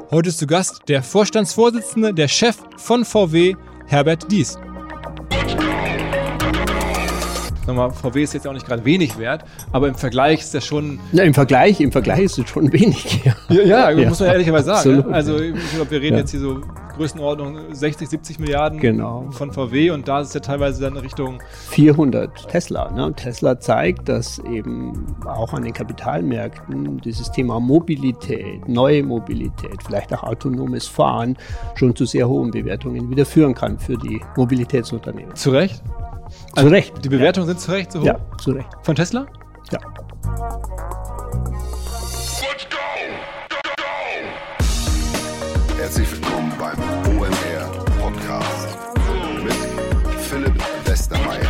Heute ist zu Gast der Vorstandsvorsitzende, der Chef von VW, Herbert Diess. Nochmal, VW ist jetzt auch nicht gerade wenig wert, aber im Vergleich ist das schon... Ja, im Vergleich ist es schon wenig. Ja, muss man ehrlicherweise sagen. Absolut. Ja? Also ich glaube, wir reden jetzt hier so Größenordnung 60, 70 Milliarden von VW und da ist es ja teilweise dann Richtung... 400 Tesla. Ne? Und Tesla zeigt, dass eben auch an den Kapitalmärkten dieses Thema Mobilität, neue Mobilität, vielleicht auch autonomes Fahren schon zu sehr hohen Bewertungen wieder führen kann für die Mobilitätsunternehmen. Zu Recht? Zu Recht. Die Bewertungen sind zu Recht so hoch? Ja, zu Recht. Von Tesla? Ja. Herzlich willkommen beim OMR Podcast mit Philipp Westermeier.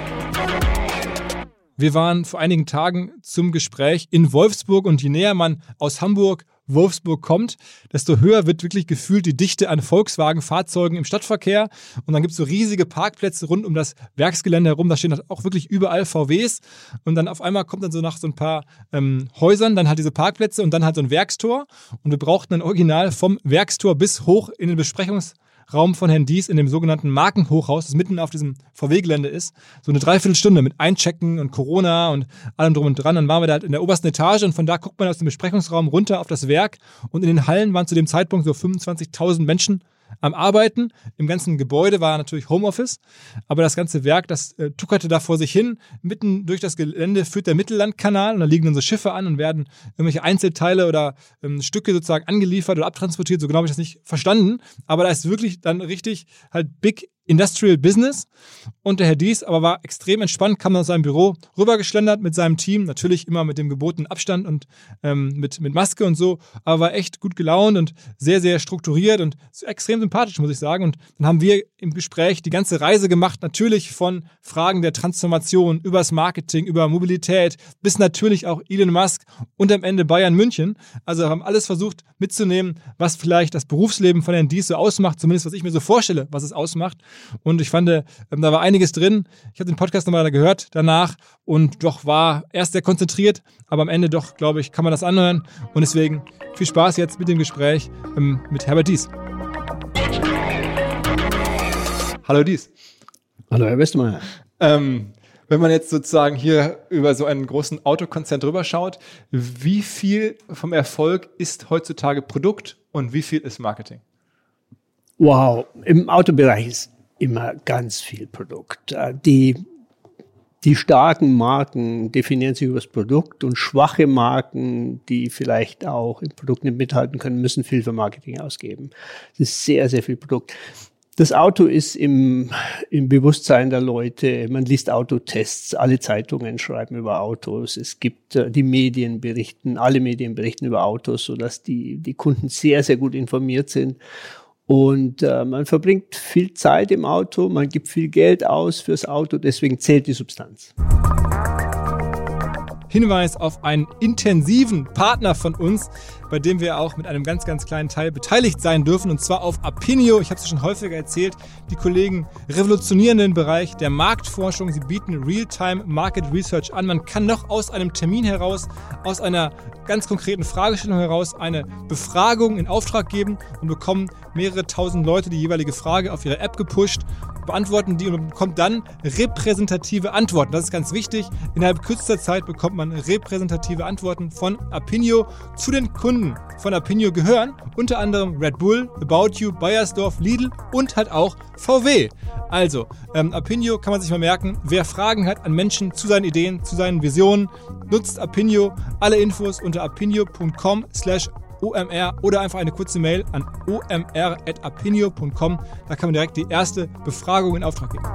Wir waren vor einigen Tagen zum Gespräch in Wolfsburg und je näher man aus Wolfsburg kommt, desto höher wird wirklich gefühlt die Dichte an Volkswagen-Fahrzeugen im Stadtverkehr. Und dann gibt es so riesige Parkplätze rund um das Werksgelände herum. Da stehen halt auch wirklich überall VWs. Und dann auf einmal kommt dann so nach so ein paar Häusern dann halt diese Parkplätze und dann halt so ein Werkstor. Und wir brauchten dann original vom Werkstor bis hoch in den Besprechungsraum von Herrn Diess in dem sogenannten Markenhochhaus, das mitten auf diesem VW-Gelände ist. So eine Dreiviertelstunde mit Einchecken und Corona und allem drum und dran. Dann waren wir da halt in der obersten Etage und von da guckt man aus dem Besprechungsraum runter auf das Werk und in den Hallen waren zu dem Zeitpunkt so 25.000 Menschen am Arbeiten. Im ganzen Gebäude war natürlich Homeoffice, aber das ganze Werk, das tuckerte da vor sich hin. Mitten durch das Gelände führt der Mittellandkanal und da liegen dann so Schiffe an und werden irgendwelche Einzelteile oder Stücke sozusagen angeliefert oder abtransportiert. So genau habe ich das nicht verstanden, aber da ist wirklich dann richtig halt Big Industrial Business und der Herr Diess aber war extrem entspannt, kam aus seinem Büro rübergeschlendert mit seinem Team, natürlich immer mit dem gebotenen Abstand und mit Maske und so, aber war echt gut gelaunt und sehr, sehr strukturiert und extrem sympathisch, muss ich sagen. Und dann haben wir im Gespräch die ganze Reise gemacht, natürlich von Fragen der Transformation übers Marketing, über Mobilität bis natürlich auch Elon Musk und am Ende Bayern München. Also haben alles versucht mitzunehmen, was vielleicht das Berufsleben von Herrn Diess so ausmacht, zumindest was ich mir so vorstelle, was es ausmacht. Und ich fand, da war einiges drin. Ich habe den Podcast nochmal gehört danach und doch war erst sehr konzentriert, aber am Ende doch, glaube ich, kann man das anhören. Und deswegen viel Spaß jetzt mit dem Gespräch mit Herbert Diess. Hallo Diess. Hallo Herr Westermeier. Wenn man jetzt sozusagen hier über so einen großen Autokonzern drüber schaut, wie viel vom Erfolg ist heutzutage Produkt und wie viel ist Marketing? Wow, im Autobereich ist immer ganz viel Produkt. Die starken Marken definieren sich über das Produkt und schwache Marken, die vielleicht auch im Produkt nicht mithalten können, müssen viel für Marketing ausgeben. Es ist sehr, sehr viel Produkt. Das Auto ist im Bewusstsein der Leute, man liest Autotests, alle Zeitungen schreiben über Autos, es gibt die Medien berichten, alle Medien berichten über Autos, sodass die Kunden sehr, sehr gut informiert sind. Und man verbringt viel Zeit im Auto, man gibt viel Geld aus fürs Auto, deswegen zählt die Substanz. Hinweis auf einen intensiven Partner von uns, bei dem wir auch mit einem ganz, ganz kleinen Teil beteiligt sein dürfen, und zwar auf Apinio. Ich habe es schon häufiger erzählt, die Kollegen revolutionieren den Bereich der Marktforschung. Sie bieten Real-Time Market Research an. Man kann noch aus einem Termin heraus, aus einer ganz konkreten Fragestellung heraus eine Befragung in Auftrag geben und bekommen mehrere tausend Leute die jeweilige Frage auf ihre App gepusht, beantworten die und bekommt dann repräsentative Antworten. Das ist ganz wichtig. Innerhalb kürzester Zeit bekommt man repräsentative Antworten von Apinio. Zu den Kunden von Apinio gehören unter anderem Red Bull, About You, Bayersdorf, Lidl und halt auch VW. Also, Apinio kann man sich mal merken, wer Fragen hat an Menschen zu seinen Ideen, zu seinen Visionen, nutzt Apinio. Alle Infos unter apinio.com/OMR oder einfach eine kurze Mail an omr@apinio.com. Da kann man direkt die erste Befragung in Auftrag geben.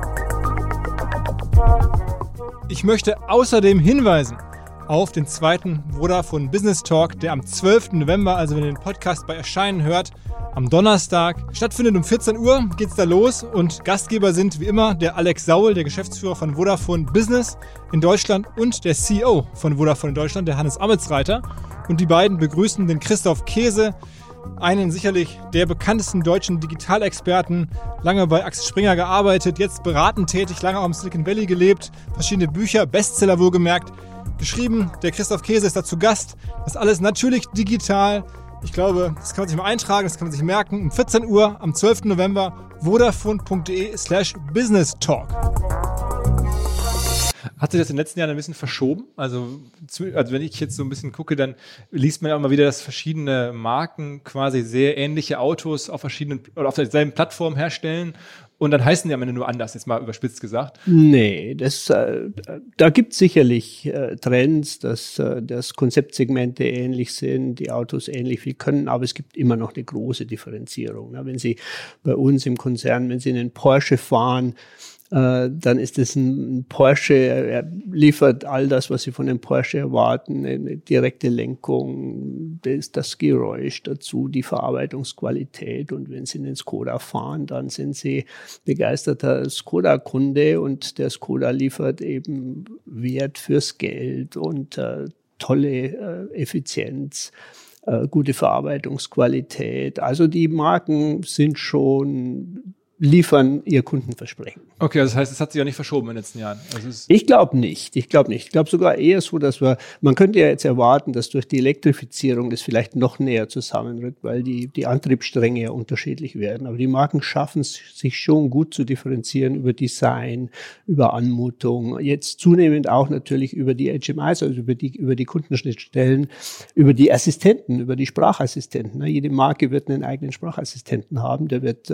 Ich möchte außerdem hinweisen auf den zweiten Vodafone Business Talk, der am 12. November, also wenn ihr den Podcast bei Erscheinen hört, am Donnerstag stattfindet. Um 14 Uhr geht's da los und Gastgeber sind wie immer der Alex Saul, der Geschäftsführer von Vodafone Business in Deutschland und der CEO von Vodafone in Deutschland, der Hannes Ametsreiter. Und die beiden begrüßen den Christoph Käse, einen sicherlich der bekanntesten deutschen Digitalexperten, lange bei Axel Springer gearbeitet, jetzt beratend tätig, lange auch im Silicon Valley gelebt, verschiedene Bücher, Bestseller wohlgemerkt, geschrieben. Der Christoph Käse ist dazu Gast. Das alles natürlich digital, Ich glaube, das kann man sich mal eintragen, das kann man sich merken. Um 14 Uhr am 12. November vodafone.de/businesstalk. Hat sich das in den letzten Jahren ein bisschen verschoben? Also wenn ich jetzt so ein bisschen gucke, dann liest man ja auch mal wieder, dass verschiedene Marken quasi sehr ähnliche Autos auf verschiedenen oder auf derselben Plattform herstellen. Und dann heißen die am Ende nur anders, jetzt mal überspitzt gesagt. Nee, da gibt es sicherlich Trends, dass Konzeptsegmente ähnlich sind, die Autos ähnlich viel können, aber es gibt immer noch eine große Differenzierung. Ne? Wenn Sie bei uns im Konzern, wenn Sie einen Porsche fahren, dann ist es ein Porsche, er liefert all das, was Sie von dem Porsche erwarten, eine direkte Lenkung, das Geräusch dazu, die Verarbeitungsqualität. Und wenn Sie einen Skoda fahren, dann sind Sie begeisterter Skoda-Kunde und der Skoda liefert eben Wert fürs Geld und tolle Effizienz, gute Verarbeitungsqualität. Also die Marken liefern ihr Kundenversprechen. Okay, also das heißt, es hat sich ja nicht verschoben in den letzten Jahren. Also ich glaube nicht. Ich glaube sogar eher so, dass man könnte ja jetzt erwarten, dass durch die Elektrifizierung das vielleicht noch näher zusammenrückt, weil die Antriebsstränge ja unterschiedlich werden. Aber die Marken schaffen es, sich schon gut zu differenzieren über Design, über Anmutung. Jetzt zunehmend auch natürlich über die HMIs, also über die Kundenschnittstellen, über die Assistenten, über die Sprachassistenten. Jede Marke wird einen eigenen Sprachassistenten haben, der wird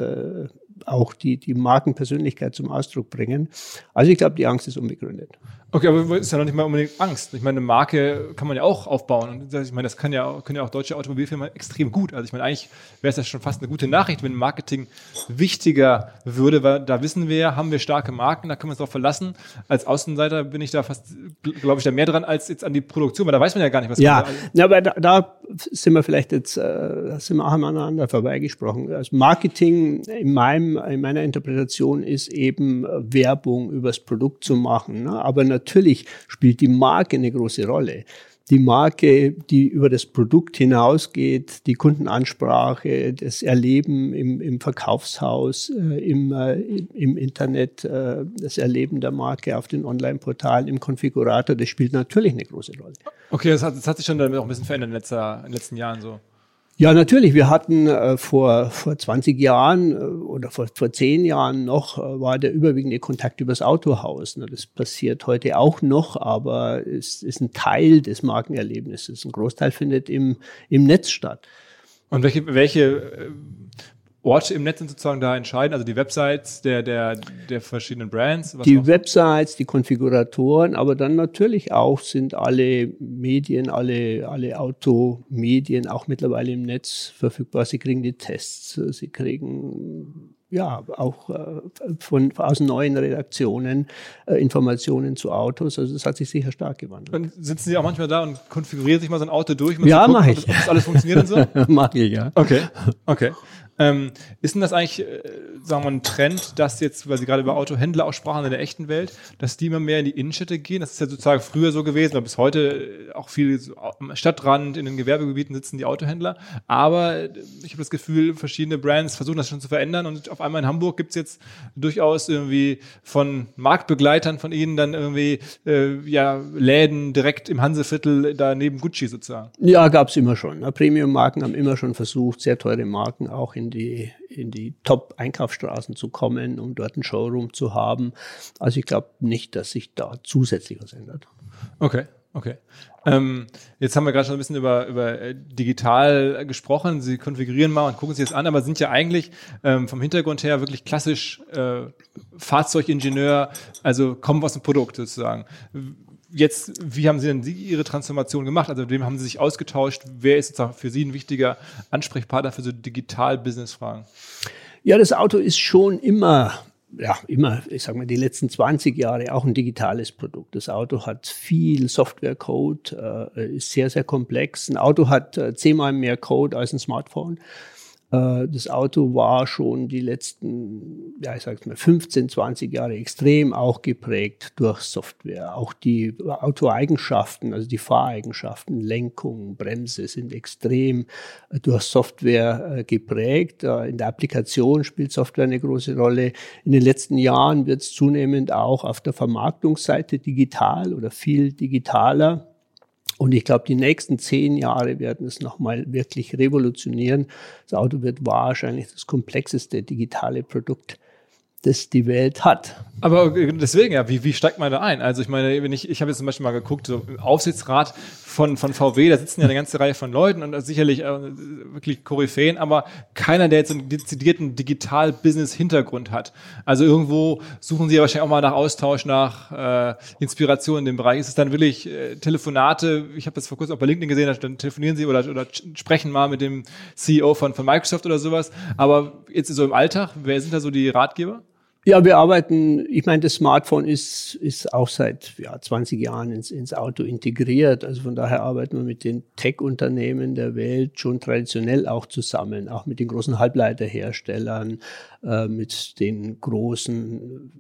auch die Markenpersönlichkeit zum Ausdruck bringen. Also ich glaube, die Angst ist unbegründet. Okay, aber es ist ja noch nicht mal unbedingt Angst. Ich meine, eine Marke kann man ja auch aufbauen. Und ich meine, das können ja auch deutsche Automobilfirmen extrem gut. Also ich meine, eigentlich wäre es ja schon fast eine gute Nachricht, wenn Marketing wichtiger würde, weil da wissen wir ja, haben wir starke Marken, da können wir uns drauf verlassen. Als Außenseiter bin ich da fast, glaube ich, da mehr dran als jetzt an die Produktion, weil da weiß man ja gar nicht, was ja, aber da sind wir vielleicht jetzt, sind wir auch aneinander vorbeigesprochen. Also Marketing in meiner Interpretation ist eben Werbung übers Produkt zu machen, ne? Aber natürlich spielt die Marke eine große Rolle. Die Marke, die über das Produkt hinausgeht, die Kundenansprache, das Erleben im Verkaufshaus, im Internet, das Erleben der Marke auf den Online-Portalen, im Konfigurator, das spielt natürlich eine große Rolle. Okay, das hat sich schon dann auch ein bisschen verändert in den letzten Jahren so. Ja, natürlich. Wir hatten vor 20 Jahren oder vor 10 Jahren noch, war der überwiegende Kontakt übers Autohaus. Das passiert heute auch noch, aber es ist ein Teil des Markenerlebnisses. Ein Großteil findet im Netz statt. Und welche Orte im Netz sind sozusagen da entscheidend? Also die Websites der verschiedenen Brands? Die Websites, die Konfiguratoren, aber dann natürlich auch sind alle Medien, alle Automedien auch mittlerweile im Netz verfügbar. Sie kriegen die Tests, sie kriegen ja auch aus neuen Redaktionen Informationen zu Autos. Also das hat sich sicher stark gewandelt. Und sitzen Sie auch manchmal da und konfigurieren sich mal so ein Auto durch? Ja, mache ich. Ob das alles funktioniert und so? Mache ich, ja. Okay. Ist denn das eigentlich, sagen wir mal, ein Trend, dass jetzt, weil Sie gerade über Autohändler auch sprachen in der echten Welt, dass die immer mehr in die Innenstädte gehen? Das ist ja sozusagen früher so gewesen, aber bis heute auch viel so am Stadtrand, in den Gewerbegebieten sitzen die Autohändler. Aber ich habe das Gefühl, verschiedene Brands versuchen das schon zu verändern und auf einmal in Hamburg gibt's jetzt durchaus irgendwie von Marktbegleitern von Ihnen dann irgendwie Läden direkt im Hanseviertel da neben Gucci sozusagen. Ja, gab's immer schon. Premium-Marken haben immer schon versucht, sehr teure Marken auch in die Top-Einkaufsstraßen zu kommen, um dort einen Showroom zu haben. Also ich glaube nicht, dass sich da zusätzlich was ändert. Okay. Jetzt haben wir gerade schon ein bisschen über digital gesprochen. Sie konfigurieren mal und gucken sich das an, aber sind ja eigentlich vom Hintergrund her wirklich klassisch Fahrzeugingenieur, also kommen aus dem Produkt sozusagen. Jetzt, wie haben Sie denn Ihre Transformation gemacht? Also mit wem haben Sie sich ausgetauscht? Wer ist sozusagen für Sie ein wichtiger Ansprechpartner für so Digital-Business-Fragen? Ja, das Auto ist schon immer, ich sag mal, die letzten 20 Jahre auch ein digitales Produkt. Das Auto hat viel Softwarecode, ist sehr, sehr komplex. Ein Auto hat 10-mal mehr Code als ein Smartphone. Das Auto war schon die letzten, 15, 20 Jahre extrem auch geprägt durch Software. Auch die Autoeigenschaften, also die Fahreigenschaften, Lenkung, Bremse sind extrem durch Software geprägt. In der Applikation spielt Software eine große Rolle. In den letzten Jahren wird es zunehmend auch auf der Vermarktungsseite digital oder viel digitaler. Und ich glaube, die nächsten 10 Jahre werden es nochmal wirklich revolutionieren. Das Auto wird wahrscheinlich das komplexeste digitale Produkt, das die Welt hat. Aber deswegen, ja, wie steigt man da ein? Also ich meine, ich habe jetzt zum Beispiel mal geguckt, so im Aufsichtsrat von VW, da sitzen ja eine ganze Reihe von Leuten und sicherlich wirklich Koryphäen, aber keiner, der jetzt einen dezidierten Digital-Business-Hintergrund hat. Also irgendwo suchen sie ja wahrscheinlich auch mal nach Austausch, nach Inspiration in dem Bereich. Ist es dann wirklich Telefonate? Ich habe das vor kurzem auch bei LinkedIn gesehen, dann telefonieren sie oder sprechen mal mit dem CEO von Microsoft oder sowas. Aber jetzt so im Alltag, wer sind da so die Ratgeber? Ja, wir arbeiten, ich meine, das Smartphone ist auch seit 20 Jahren ins Auto integriert. Also von daher arbeiten wir mit den Tech-Unternehmen der Welt schon traditionell auch zusammen, auch mit den großen Halbleiterherstellern, mit den großen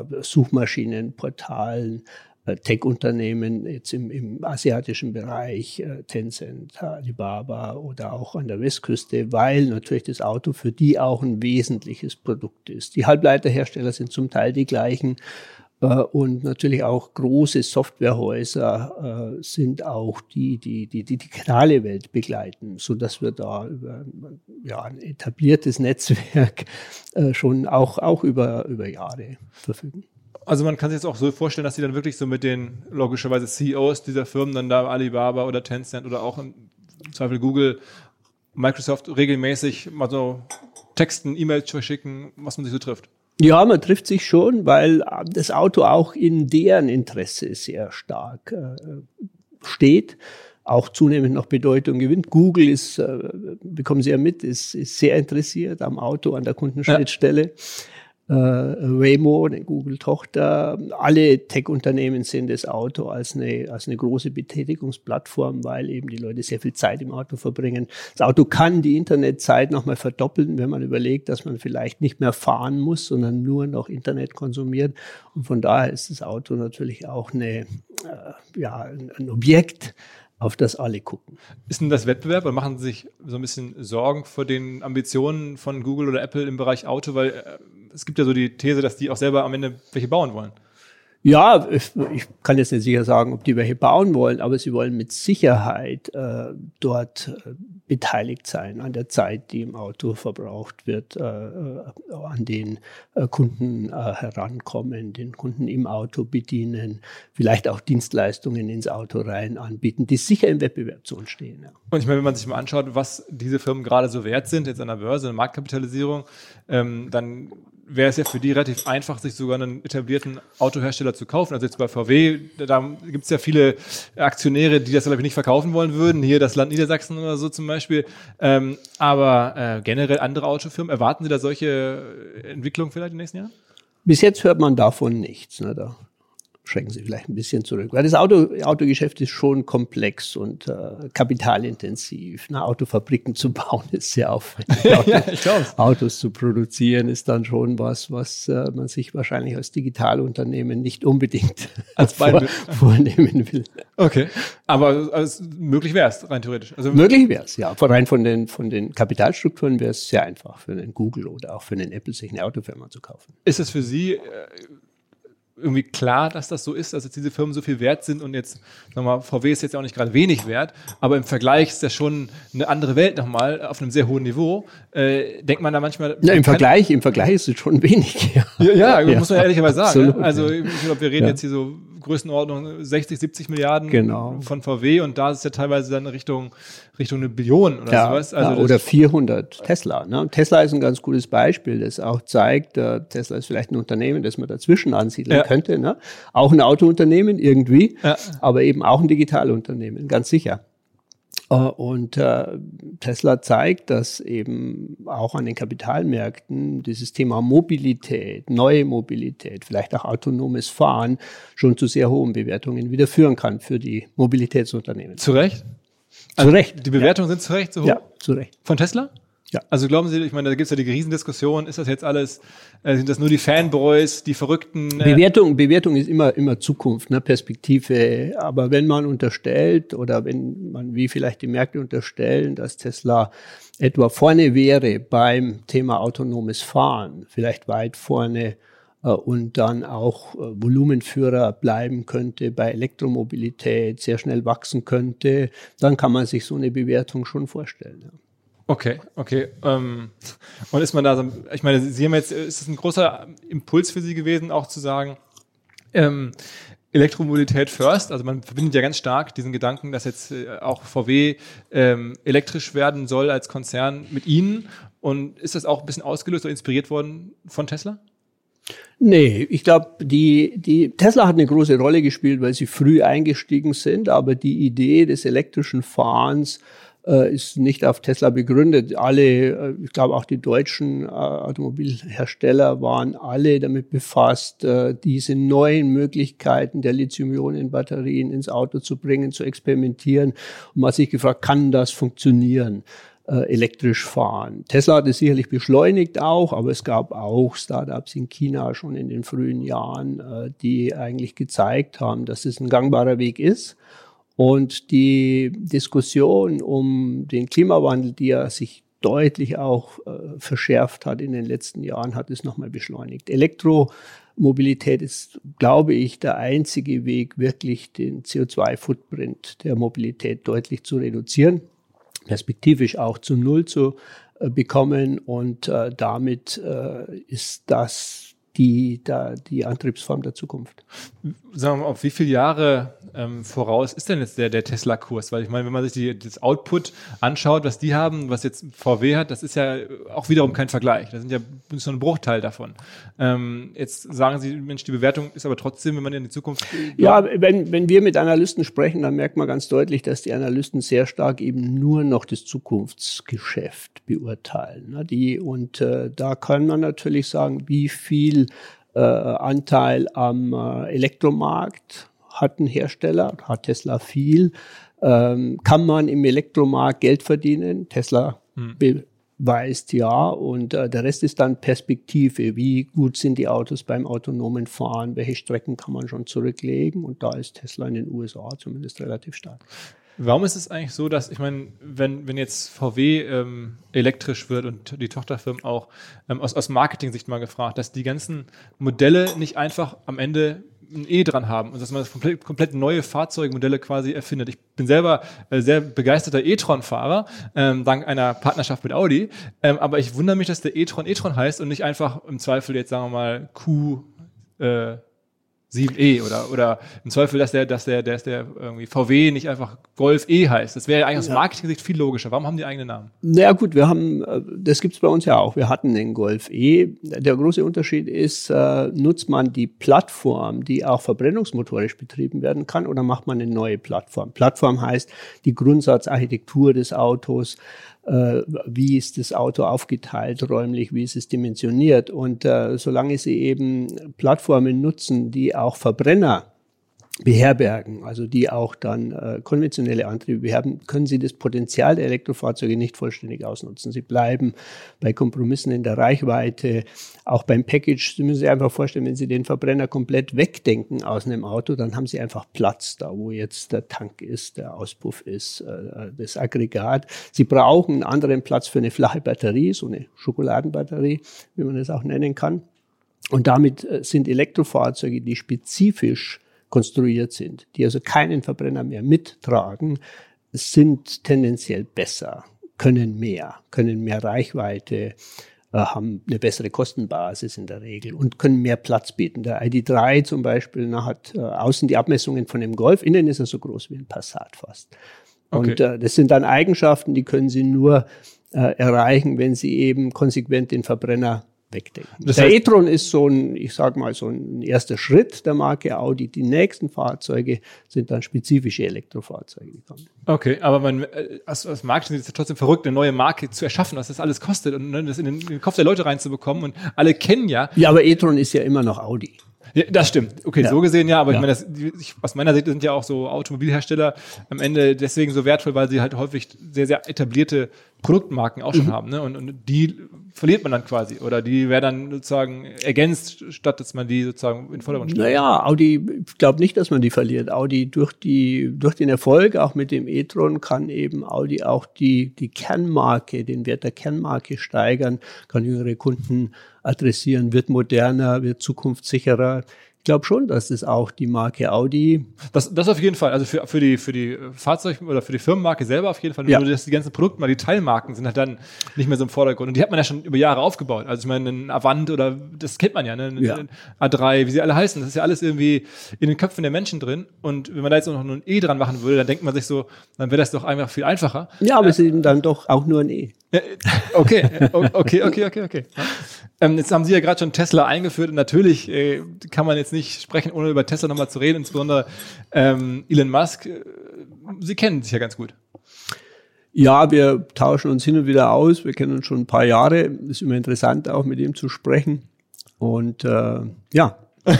Suchmaschinenportalen, Tech-Unternehmen jetzt im asiatischen Bereich, Tencent, Alibaba oder auch an der Westküste, weil natürlich das Auto für die auch ein wesentliches Produkt ist. Die Halbleiterhersteller sind zum Teil die gleichen und natürlich auch große Softwarehäuser sind auch die digitale Welt begleiten, so dass wir da über ein etabliertes Netzwerk schon auch über Jahre verfügen. Also man kann sich jetzt auch so vorstellen, dass sie dann wirklich so mit den logischerweise CEOs dieser Firmen, dann da Alibaba oder Tencent oder auch im Zweifel Google, Microsoft regelmäßig mal so Texten, E-Mails verschicken, was man sich so trifft. Ja, man trifft sich schon, weil das Auto auch in deren Interesse sehr stark steht, auch zunehmend noch Bedeutung gewinnt. Google ist, bekommen Sie ja mit, ist sehr interessiert am Auto, an der Kundenschnittstelle. Ja. Waymo, eine Google-Tochter, alle Tech-Unternehmen sehen das Auto als eine große Betätigungsplattform, weil eben die Leute sehr viel Zeit im Auto verbringen. Das Auto kann die Internetzeit nochmal verdoppeln, wenn man überlegt, dass man vielleicht nicht mehr fahren muss, sondern nur noch Internet konsumiert. Und von daher ist das Auto natürlich auch ein Objekt, auf das alle gucken. Ist denn das Wettbewerb oder machen Sie sich so ein bisschen Sorgen vor den Ambitionen von Google oder Apple im Bereich Auto? Weil es gibt ja so die These, dass die auch selber am Ende welche bauen wollen. Ja, ich kann jetzt nicht sicher sagen, ob die welche bauen wollen, aber sie wollen mit Sicherheit dort beteiligt sein an der Zeit, die im Auto verbraucht wird, an den Kunden herankommen, den Kunden im Auto bedienen, vielleicht auch Dienstleistungen ins Auto rein anbieten, die sicher im Wettbewerb zu uns stehen. Ja. Und ich meine, wenn man sich mal anschaut, was diese Firmen gerade so wert sind, jetzt an der Börse, eine Marktkapitalisierung, dann wäre es ja für die relativ einfach, sich sogar einen etablierten Autohersteller zu kaufen. Also jetzt bei VW, da gibt es ja viele Aktionäre, die das, glaube ich, nicht verkaufen wollen würden. Hier das Land Niedersachsen oder so zum Beispiel. Aber generell andere Autofirmen, erwarten Sie da solche Entwicklungen vielleicht in den nächsten Jahren? Bis jetzt hört man davon nichts. Ne? Da schränken Sie vielleicht ein bisschen zurück. Weil das Autogeschäft ist schon komplex und kapitalintensiv. Autofabriken zu bauen ist sehr aufwendig. Ja, ich glaub's. Autos zu produzieren ist dann schon was man sich wahrscheinlich als Digitalunternehmen nicht unbedingt als vornehmen will. Okay, aber möglich wäre es rein theoretisch. Also möglich wäre es, ja. Rein von den Kapitalstrukturen wäre es sehr einfach für einen Google oder auch für einen Apple, sich eine Autofirma zu kaufen. Ist es für Sie irgendwie klar, dass das so ist, dass jetzt diese Firmen so viel wert sind und jetzt, sagen wir mal, VW ist jetzt auch nicht gerade wenig wert, aber im Vergleich ist das schon eine andere Welt nochmal auf einem sehr hohen Niveau. Denkt man da manchmal... Ja, im Vergleich ist es schon wenig. Ja, muss man ehrlicherweise sagen. Absolut, ne? Also ich glaube, wir reden jetzt hier so Größenordnung 60, 70 Milliarden von VW und da ist ja teilweise dann Richtung eine Billion oder sowas. Also oder 400 Tesla. Ne? Tesla ist ein ganz gutes Beispiel, das auch zeigt, Tesla ist vielleicht ein Unternehmen, das man dazwischen ansiedeln könnte. Ne? Auch ein Autounternehmen irgendwie, aber eben auch ein Digitalunternehmen, ganz sicher. Und Tesla zeigt, dass eben auch an den Kapitalmärkten dieses Thema Mobilität, neue Mobilität, vielleicht auch autonomes Fahren schon zu sehr hohen Bewertungen wieder führen kann für die Mobilitätsunternehmen. Zu Recht? Zu Recht. Die Bewertungen sind zu Recht so hoch? Ja, zu Recht. Von Tesla? Ja. Also glauben Sie, ich meine, da gibt es ja die Riesendiskussion, ist das jetzt alles, sind das nur die Fanboys, die Verrückten? Bewertung ist immer Zukunft, ne, Perspektive. Aber wenn man unterstellt oder wenn man, wie vielleicht die Märkte unterstellen, dass Tesla etwa vorne wäre beim Thema autonomes Fahren, vielleicht weit vorne und dann auch Volumenführer bleiben könnte bei Elektromobilität, sehr schnell wachsen könnte, dann kann man sich so eine Bewertung schon vorstellen. Ja. Okay. Und ist man da so, ich meine, Sie haben jetzt, ist es ein großer Impuls für Sie gewesen, auch zu sagen, Elektromobilität first, also man verbindet ja ganz stark diesen Gedanken, dass jetzt auch VW elektrisch werden soll als Konzern mit Ihnen. Und ist das auch ein bisschen ausgelöst oder inspiriert worden von Tesla? Nee, ich glaube, die Tesla hat eine große Rolle gespielt, weil sie früh eingestiegen sind, aber die Idee des elektrischen Fahrens ist nicht auf Tesla begründet. Alle, ich glaube auch die deutschen Automobilhersteller waren alle damit befasst, diese neuen Möglichkeiten der Lithium-Ionen-Batterien ins Auto zu bringen, zu experimentieren. Und man hat sich gefragt, kann das funktionieren? Elektrisch fahren. Tesla hat es sicherlich beschleunigt auch, aber es gab auch Startups in China schon in den frühen Jahren, die eigentlich gezeigt haben, dass es ein gangbarer Weg ist. Und die Diskussion um den Klimawandel, die ja sich deutlich auch verschärft hat in den letzten Jahren, hat es nochmal beschleunigt. Elektromobilität ist, glaube ich, der einzige Weg, wirklich den CO2-Footprint der Mobilität deutlich zu reduzieren, perspektivisch auch zu Null zu bekommen. Und damit ist das die Antriebsform der Zukunft. Sagen wir mal, auf wie viele Jahre voraus ist denn jetzt der Tesla-Kurs? Weil ich meine, wenn man sich das Output anschaut, was die haben, was jetzt VW hat, das ist ja auch wiederum kein Vergleich. Das ist nur ein Bruchteil davon. Jetzt sagen Sie, Mensch, die Bewertung ist aber trotzdem, wenn man in die Zukunft... Ja, wenn wir mit Analysten sprechen, dann merkt man ganz deutlich, dass die Analysten sehr stark eben nur noch das Zukunftsgeschäft beurteilen. Da kann man natürlich sagen, wie viel Anteil am Elektromarkt hat ein Hersteller, hat Tesla viel. Kann man im Elektromarkt Geld verdienen? Tesla beweist ja. Und der Rest ist dann Perspektive. Wie gut sind die Autos beim autonomen Fahren? Welche Strecken kann man schon zurücklegen? Und da ist Tesla in den USA zumindest relativ stark. Warum ist es eigentlich so, dass, ich meine, wenn jetzt VW elektrisch wird und die Tochterfirmen auch, aus Marketing-Sicht mal gefragt, dass die ganzen Modelle nicht einfach am Ende ein E dran haben und dass man komplett neue Fahrzeugmodelle quasi erfindet. Ich bin selber sehr begeisterter e-tron-Fahrer, dank einer Partnerschaft mit Audi, aber ich wundere mich, dass der e-tron heißt und nicht einfach im Zweifel jetzt, sagen wir mal, Q7e oder im Zweifel, dass der irgendwie VW nicht einfach Golf E heißt. Das wäre ja eigentlich aus Marketing-Sicht viel logischer. Warum haben die eigenen Namen? Naja gut, das gibt's bei uns ja auch. Wir hatten den Golf E. Der große Unterschied ist, nutzt man die Plattform, die auch verbrennungsmotorisch betrieben werden kann, oder macht man eine neue Plattform? Plattform heißt die Grundsatzarchitektur des Autos. Wie ist das Auto aufgeteilt räumlich, wie ist es dimensioniert? Und solange Sie eben Plattformen nutzen, die auch Verbrenner beherbergen, also die auch dann konventionelle Antriebe beherbergen, können Sie das Potenzial der Elektrofahrzeuge nicht vollständig ausnutzen. Sie bleiben bei Kompromissen in der Reichweite, auch beim Package. Sie müssen sich einfach vorstellen, wenn Sie den Verbrenner komplett wegdenken aus einem Auto, dann haben Sie einfach Platz da, wo jetzt der Tank ist, der Auspuff ist, das Aggregat. Sie brauchen einen anderen Platz für eine flache Batterie, so eine Schokoladenbatterie, wie man das auch nennen kann. Und damit sind Elektrofahrzeuge, die spezifisch konstruiert sind, die also keinen Verbrenner mehr mittragen, sind tendenziell besser, können mehr Reichweite, haben eine bessere Kostenbasis in der Regel und können mehr Platz bieten. Der ID.3 zum Beispiel hat außen die Abmessungen von dem Golf, innen ist er so groß wie ein Passat fast. Okay. Und das sind dann Eigenschaften, die können Sie nur erreichen, wenn Sie eben konsequent den Verbrenner wegdenken. Der e-tron ist so ein erster Schritt der Marke Audi. Die nächsten Fahrzeuge sind dann spezifische Elektrofahrzeuge gekommen. Okay, aber aus Marketing ist es trotzdem verrückt, eine neue Marke zu erschaffen, was das alles kostet und das in den Kopf der Leute reinzubekommen. Und alle kennen ja. Ja, aber e-tron ist ja immer noch Audi. Ja, das stimmt. Okay, ja. So gesehen ja, aber ich meine, aus meiner Sicht sind ja auch so Automobilhersteller am Ende deswegen so wertvoll, weil sie halt häufig sehr, sehr etablierte Produktmarken auch schon haben, ne? Und die verliert man dann quasi oder die wäre dann sozusagen ergänzt, statt dass man die sozusagen in den Vordergrund stellt. Naja, Audi, ich glaube nicht, dass man die verliert. Audi durch den Erfolg, auch mit dem e-tron, kann eben Audi auch die Kernmarke, den Wert der Kernmarke steigern, kann jüngere Kunden adressieren, wird moderner, wird zukunftssicherer. Ich glaube schon, dass das auch die Marke Audi. Das auf jeden Fall. Also für die Fahrzeug- oder für die Firmenmarke selber auf jeden Fall. Ja. Nur, dass die ganzen Produkte, mal die Teilmarken sind halt dann nicht mehr so im Vordergrund. Und die hat man ja schon über Jahre aufgebaut. Also ich meine, ein Avant oder, das kennt man ja, ne? Ein A3, wie sie alle heißen. Das ist ja alles irgendwie in den Köpfen der Menschen drin. Und wenn man da jetzt noch ein E dran machen würde, dann denkt man sich so, dann wäre das doch einfach viel einfacher. Ja, aber es ist eben dann doch auch nur ein E. Okay. Jetzt haben Sie ja gerade schon Tesla eingeführt und natürlich kann man jetzt nicht sprechen, ohne über Tesla nochmal zu reden, insbesondere Elon Musk. Sie kennen sich ja ganz gut. Ja, wir tauschen uns hin und wieder aus. Wir kennen uns schon ein paar Jahre. Ist immer interessant, auch mit ihm zu sprechen. Und ja.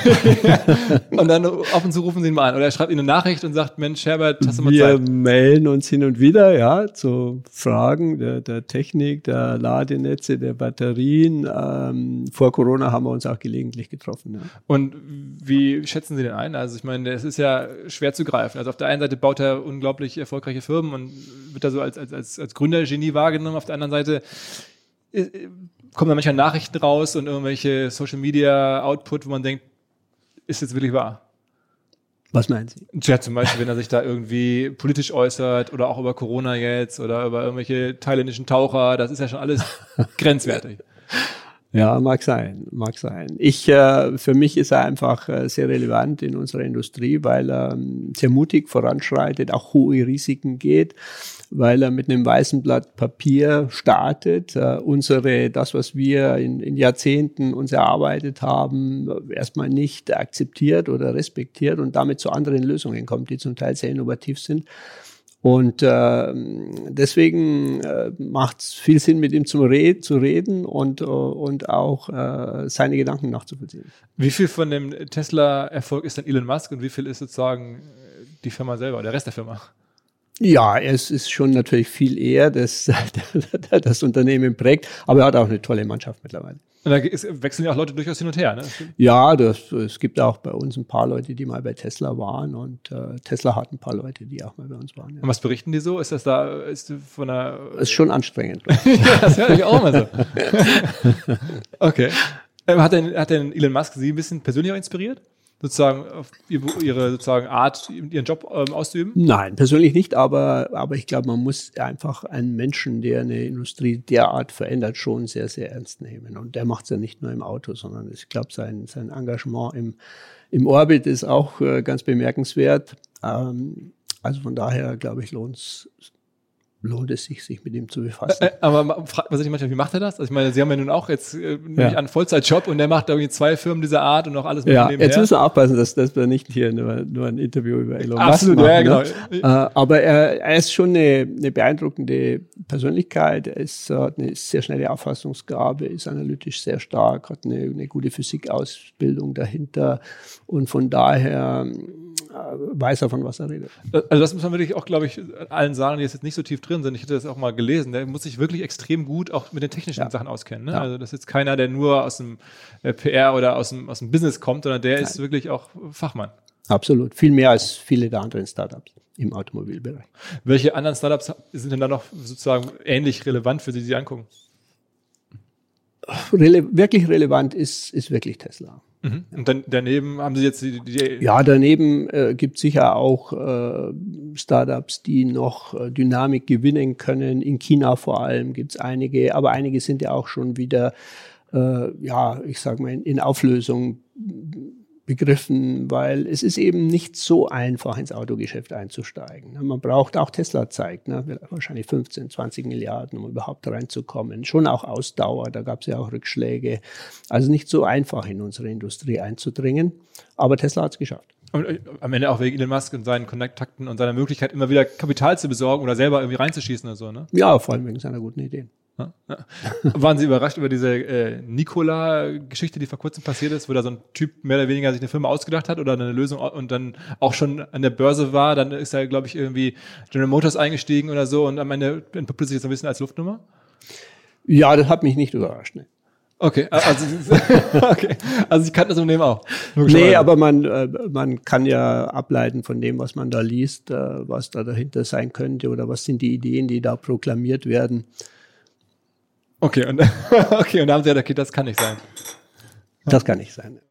Und dann ab und zu rufen Sie ihn mal an oder er schreibt Ihnen eine Nachricht und sagt, Mensch, Herbert, hast du mal Wir Zeit? melden uns hin und wieder, ja, zu Fragen der Technik, der Ladenetze, der Batterien. Vor Corona haben wir uns auch gelegentlich getroffen. Ja. Und wie schätzen Sie den ein? Also ich meine, es ist ja schwer zu greifen. Also auf der einen Seite baut er unglaublich erfolgreiche Firmen und wird da so als Gründergenie wahrgenommen. Auf der anderen Seite kommen da manchmal Nachrichten raus und irgendwelche Social Media Output, wo man denkt, ist jetzt wirklich wahr? Was meinen Sie? Ja, zum Beispiel, wenn er sich da irgendwie politisch äußert oder auch über Corona jetzt oder über irgendwelche thailändischen Taucher, das ist ja schon alles grenzwertig. Ja, mag sein. Für mich ist er einfach sehr relevant in unserer Industrie, weil er sehr mutig voranschreitet, auch hohe Risiken geht, weil er mit einem weißen Blatt Papier startet, das, was wir in Jahrzehnten uns erarbeitet haben, erstmal nicht akzeptiert oder respektiert und damit zu anderen Lösungen kommt, die zum Teil sehr innovativ sind. Und deswegen macht es viel Sinn, mit ihm zu reden und auch seine Gedanken nachzuvollziehen. Wie viel von dem Tesla-Erfolg ist denn Elon Musk und wie viel ist sozusagen die Firma selber, der Rest der Firma? Ja, es ist schon natürlich viel eher, das Unternehmen prägt, aber er hat auch eine tolle Mannschaft mittlerweile. Und da wechseln ja auch Leute durchaus hin und her, ne? Ja, es gibt auch bei uns ein paar Leute, die mal bei Tesla waren und Tesla hat ein paar Leute, die auch mal bei uns waren. Ja. Und was berichten die so? Ist das von einer... Das ist schon anstrengend. Ja, das höre ich auch mal so. Okay. Hat denn Elon Musk Sie ein bisschen persönlich auch inspiriert? Sozusagen auf ihre sozusagen Art, ihren Job auszuüben? Nein, persönlich nicht, aber ich glaube, man muss einfach einen Menschen, der eine Industrie derart verändert, schon sehr, sehr ernst nehmen. Und der macht es ja nicht nur im Auto, sondern ich glaube, sein Engagement im Orbit ist auch ganz bemerkenswert. Also von daher, glaube ich, lohnt es sich mit ihm zu befassen. Aber fragt man sich manchmal, wie macht er das? Also ich meine, Sie haben ja nun auch jetzt nämlich einen Vollzeitjob und der macht irgendwie 2 Firmen dieser Art und auch alles mit nebenher. Jetzt müssen wir aufpassen, dass wir nicht hier nur ein Interview über Elon Musk Absolut, machen. Ja, genau. Ne? Aber er ist schon eine beeindruckende Persönlichkeit. Er hat eine sehr schnelle Auffassungsgabe, ist analytisch sehr stark, hat eine gute Physikausbildung dahinter und von daher weiß er, von was er redet. Also das muss man wirklich auch, glaube ich, allen sagen, die jetzt nicht so tief drin sind. Ich hatte das auch mal gelesen. Der muss sich wirklich extrem gut auch mit den technischen Sachen auskennen. Ne? Ja. Also das ist jetzt keiner, der nur aus dem PR oder aus dem Business kommt, sondern der ist wirklich auch Fachmann. Absolut. Viel mehr als viele der anderen Startups im Automobilbereich. Welche anderen Startups sind denn da noch sozusagen ähnlich relevant für Sie, die Sie angucken? Wirklich relevant ist wirklich Tesla. Mhm. Und dann daneben haben Sie jetzt die Ja, daneben gibt es sicher auch Startups, die noch Dynamik gewinnen können. In China vor allem gibt es einige, aber einige sind ja auch schon wieder, ich sag mal, in Auflösung begriffen, weil es ist eben nicht so einfach, ins Autogeschäft einzusteigen. Man braucht, auch Tesla zeigt, wahrscheinlich 15, 20 Milliarden, um überhaupt reinzukommen. Schon auch Ausdauer, da gab es ja auch Rückschläge. Also nicht so einfach, in unsere Industrie einzudringen. Aber Tesla hat es geschafft. Und am Ende auch wegen Elon Musk und seinen Kontakten und seiner Möglichkeit, immer wieder Kapital zu besorgen oder selber irgendwie reinzuschießen oder so, ne? Ja, vor allem wegen seiner guten Ideen. Waren Sie überrascht über diese Nikola-Geschichte, die vor kurzem passiert ist, wo da so ein Typ mehr oder weniger sich eine Firma ausgedacht hat oder eine Lösung und dann auch schon an der Börse war? Dann ist er, glaube ich, irgendwie General Motors eingestiegen oder so und am Ende entpuppt sich das ein bisschen als Luftnummer? Ja, das hat mich nicht überrascht. Ne. Okay, also Sie kannten das Unternehmen auch? Nee, aber man kann ja ableiten von dem, was man da liest, was da dahinter sein könnte oder was sind die Ideen, die da proklamiert werden. Okay, und da haben Sie gesagt, okay, das kann nicht sein. Das kann nicht sein.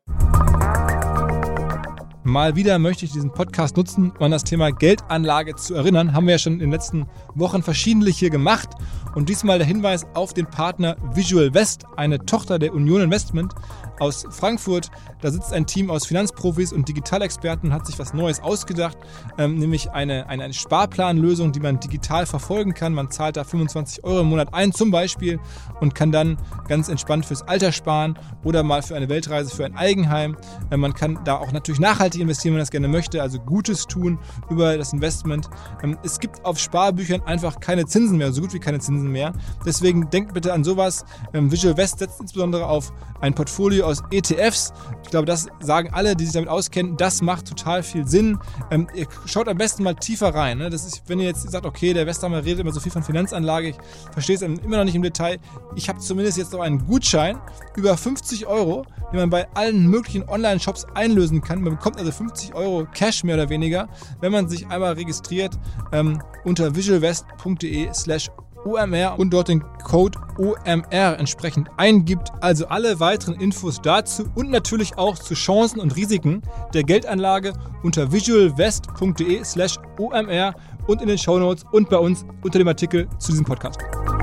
Mal wieder möchte ich diesen Podcast nutzen, um an das Thema Geldanlage zu erinnern. Haben wir ja schon in den letzten Wochen verschiedentlich hier gemacht. Und diesmal der Hinweis auf den Partner Visual West, eine Tochter der Union Investment aus Frankfurt. Da sitzt ein Team aus Finanzprofis und Digitalexperten und hat sich was Neues ausgedacht, nämlich eine Sparplanlösung, die man digital verfolgen kann. Man zahlt da 25 € im Monat ein zum Beispiel und kann dann ganz entspannt fürs Alter sparen oder mal für eine Weltreise, für ein Eigenheim. Man kann da auch natürlich nachhaltig investieren, wenn man das gerne möchte, also Gutes tun über das Investment. Es gibt auf Sparbüchern einfach keine Zinsen mehr, so gut wie keine Zinsen mehr. Deswegen denkt bitte an sowas. Visual West setzt insbesondere auf ein Portfolio aus ETFs. Ich glaube, das sagen alle, die sich damit auskennen. Das macht total viel Sinn. Ihr schaut am besten mal tiefer rein. Ne? Das ist, wenn ihr jetzt sagt, okay, der Westerhammer redet immer so viel von Finanzanlage, ich verstehe es immer noch nicht im Detail. Ich habe zumindest jetzt noch einen Gutschein über 50 €, den man bei allen möglichen Online-Shops einlösen kann. Man bekommt also 50 € Cash mehr oder weniger, wenn man sich einmal registriert unter visualwest.de/OMR und dort den Code OMR entsprechend eingibt. Also alle weiteren Infos dazu und natürlich auch zu Chancen und Risiken der Geldanlage unter visualwest.de/OMR und in den Shownotes und bei uns unter dem Artikel zu diesem Podcast.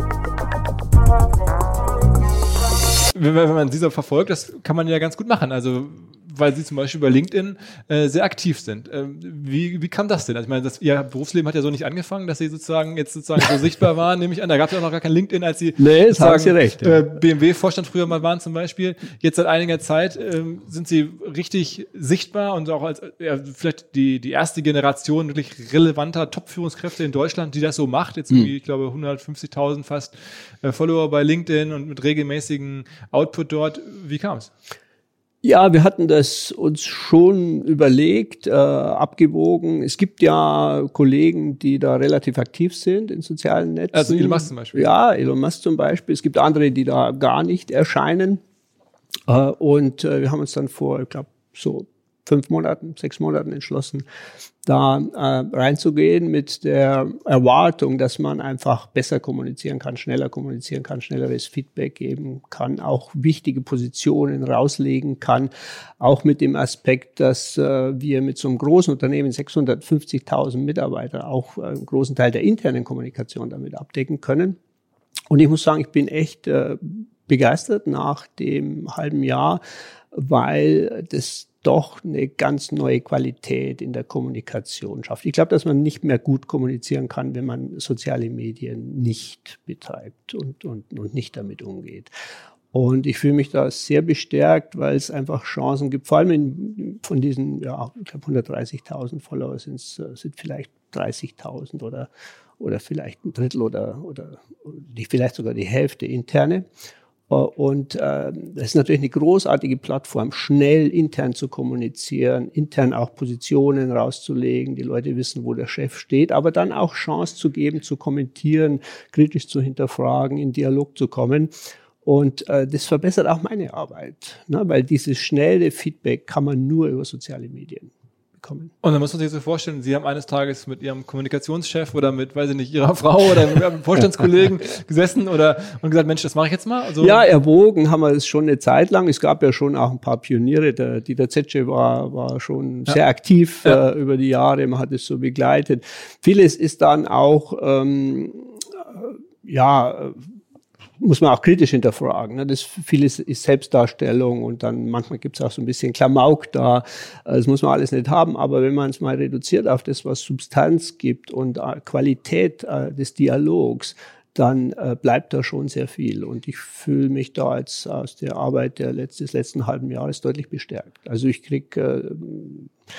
Wenn man sie so verfolgt, das kann man ja ganz gut machen. Also weil Sie zum Beispiel bei LinkedIn sehr aktiv sind. Wie kam das denn? Also ich meine, Ihr Berufsleben hat ja so nicht angefangen, dass Sie sozusagen so sichtbar waren, nehme ich an. Da gab es ja noch gar kein LinkedIn, als Sie haben Sie recht, ja. BMW-Vorstand früher mal waren zum Beispiel. Jetzt seit einiger Zeit sind Sie richtig sichtbar und auch als vielleicht die erste Generation wirklich relevanter Top-Führungskräfte in Deutschland, die das so macht. Jetzt irgendwie, ich glaube, 150.000 fast Follower bei LinkedIn und mit regelmäßigen Output dort. Wie kam es? Ja, wir hatten das uns schon überlegt, abgewogen. Es gibt ja Kollegen, die da relativ aktiv sind in sozialen Netzen. Also Elon Musk zum Beispiel. Ja, Elon Musk zum Beispiel. Es gibt andere, die da gar nicht erscheinen. Und wir haben uns dann vor, ich glaube, so 6 Monaten entschlossen, da reinzugehen mit der Erwartung, dass man einfach besser kommunizieren kann, schnelleres Feedback geben kann, auch wichtige Positionen rauslegen kann, auch mit dem Aspekt, dass wir mit so einem großen Unternehmen, 650.000 Mitarbeiter, auch einen großen Teil der internen Kommunikation damit abdecken können. Und ich muss sagen, ich bin echt begeistert nach dem halben Jahr, weil das doch eine ganz neue Qualität in der Kommunikation schafft. Ich glaube, dass man nicht mehr gut kommunizieren kann, wenn man soziale Medien nicht betreibt und nicht damit umgeht. Und ich fühle mich da sehr bestärkt, weil es einfach Chancen gibt. Vor allem von diesen, ich glaube 130.000 Follower sind vielleicht 30.000 oder vielleicht ein Drittel oder vielleicht sogar die Hälfte interne. Und das ist natürlich eine großartige Plattform, schnell intern zu kommunizieren, intern auch Positionen rauszulegen, die Leute wissen, wo der Chef steht, aber dann auch Chance zu geben, zu kommentieren, kritisch zu hinterfragen, in Dialog zu kommen. Und das verbessert auch meine Arbeit, ne? Weil dieses schnelle Feedback kann man nur über soziale Medien bekommen. Und dann muss man sich so vorstellen, Sie haben eines Tages mit Ihrem Kommunikationschef oder mit, weiß ich nicht, Ihrer Frau oder mit einem Vorstandskollegen gesessen und gesagt, Mensch, das mache ich jetzt mal? Also ja, erwogen haben wir es schon eine Zeit lang. Es gab ja schon auch ein paar Pioniere. Der Dieter Zetsche war schon sehr aktiv über die Jahre. Man hat es so begleitet. Vieles ist dann auch, muss man auch kritisch hinterfragen. Ne? Vieles ist Selbstdarstellung und dann manchmal gibt es auch so ein bisschen Klamauk da. Das muss man alles nicht haben, aber wenn man es mal reduziert auf das, was Substanz gibt und Qualität des Dialogs, dann bleibt da schon sehr viel. Und ich fühle mich da jetzt aus der Arbeit des letzten halben Jahres deutlich bestärkt. Also ich kriege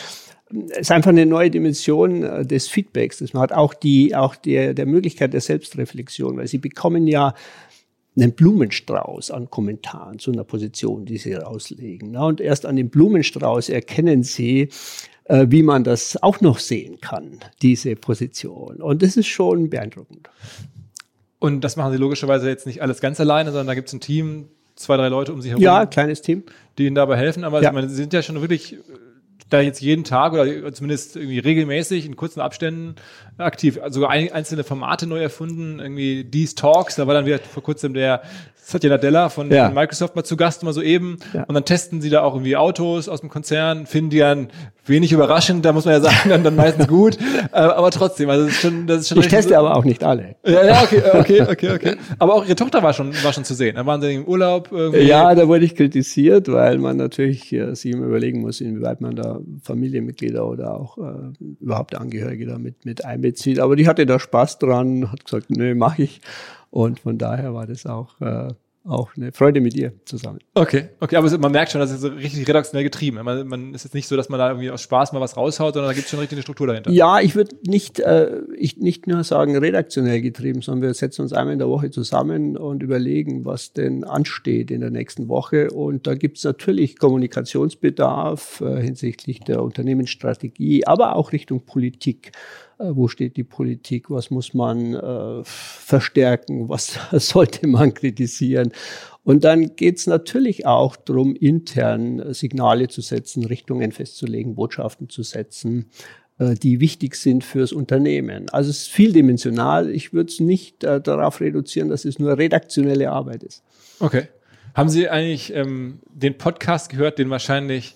ist einfach eine neue Dimension des Feedbacks. Das man hat auch der Möglichkeit der Selbstreflexion, weil Sie bekommen ja einen Blumenstrauß an Kommentaren zu einer Position, die Sie rauslegen. Und erst an dem Blumenstrauß erkennen Sie, wie man das auch noch sehen kann, diese Position. Und das ist schon beeindruckend. Und das machen Sie logischerweise jetzt nicht alles ganz alleine, sondern da gibt es ein Team, 2, 3 Leute um sich herum. Ja, kleines Team. Die Ihnen dabei helfen. Aber ich meine, Sie sind ja schon wirklich da jetzt jeden Tag oder zumindest irgendwie regelmäßig in kurzen Abständen aktiv. Also einzelne Formate neu erfunden, irgendwie These Talks, da war dann wieder vor kurzem der Satya Nadella von Microsoft mal zu Gast, mal so eben. Ja. Und dann testen sie da auch irgendwie Autos aus dem Konzern, finden die dann wenig überraschend, da muss man ja sagen, dann meistens gut. Aber trotzdem, also das ist schon ich teste aber auch nicht alle. Ja, okay. Aber auch Ihre Tochter war schon zu sehen. Da waren Sie im Urlaub irgendwie. Ja, da wurde ich kritisiert, weil man natürlich sich immer überlegen muss, inwieweit man da Familienmitglieder oder auch überhaupt Angehörige da mit einbezieht. Aber die hatte da Spaß dran, hat gesagt, nö, mach ich. Und von daher war das auch eine Freude mit ihr zusammen. Okay, aber man merkt schon, das ist so richtig redaktionell getrieben. Man ist jetzt nicht so, dass man da irgendwie aus Spaß mal was raushaut, sondern da gibt es schon richtig eine Struktur dahinter. Ja, ich würde nicht nur sagen redaktionell getrieben, sondern wir setzen uns einmal in der Woche zusammen und überlegen, was denn ansteht in der nächsten Woche. Und da gibt es natürlich Kommunikationsbedarf hinsichtlich der Unternehmensstrategie, aber auch Richtung Politik. Wo steht die Politik? Was muss man verstärken? Was sollte man kritisieren? Und dann geht's natürlich auch darum, intern Signale zu setzen, Richtungen festzulegen, Botschaften zu setzen, die wichtig sind fürs Unternehmen. Also es ist vieldimensional. Ich würde es nicht darauf reduzieren, dass es nur redaktionelle Arbeit ist. Okay. Haben Sie eigentlich den Podcast gehört, den wahrscheinlich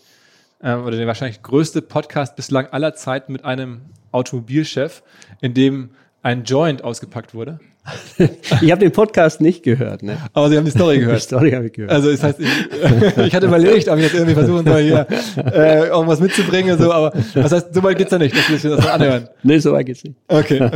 größte Podcast bislang aller Zeiten mit einem Automobilchef, in dem ein Joint ausgepackt wurde? Ich habe den Podcast nicht gehört, ne? Aber Sie haben die Story gehört. Die Story habe ich gehört. Also das heißt, ich hatte überlegt, ob ich jetzt irgendwie versuchen soll, hier irgendwas mitzubringen, so, aber das heißt, so weit geht's ja nicht, dass wir das anhören. Nee, so weit geht's nicht. Okay.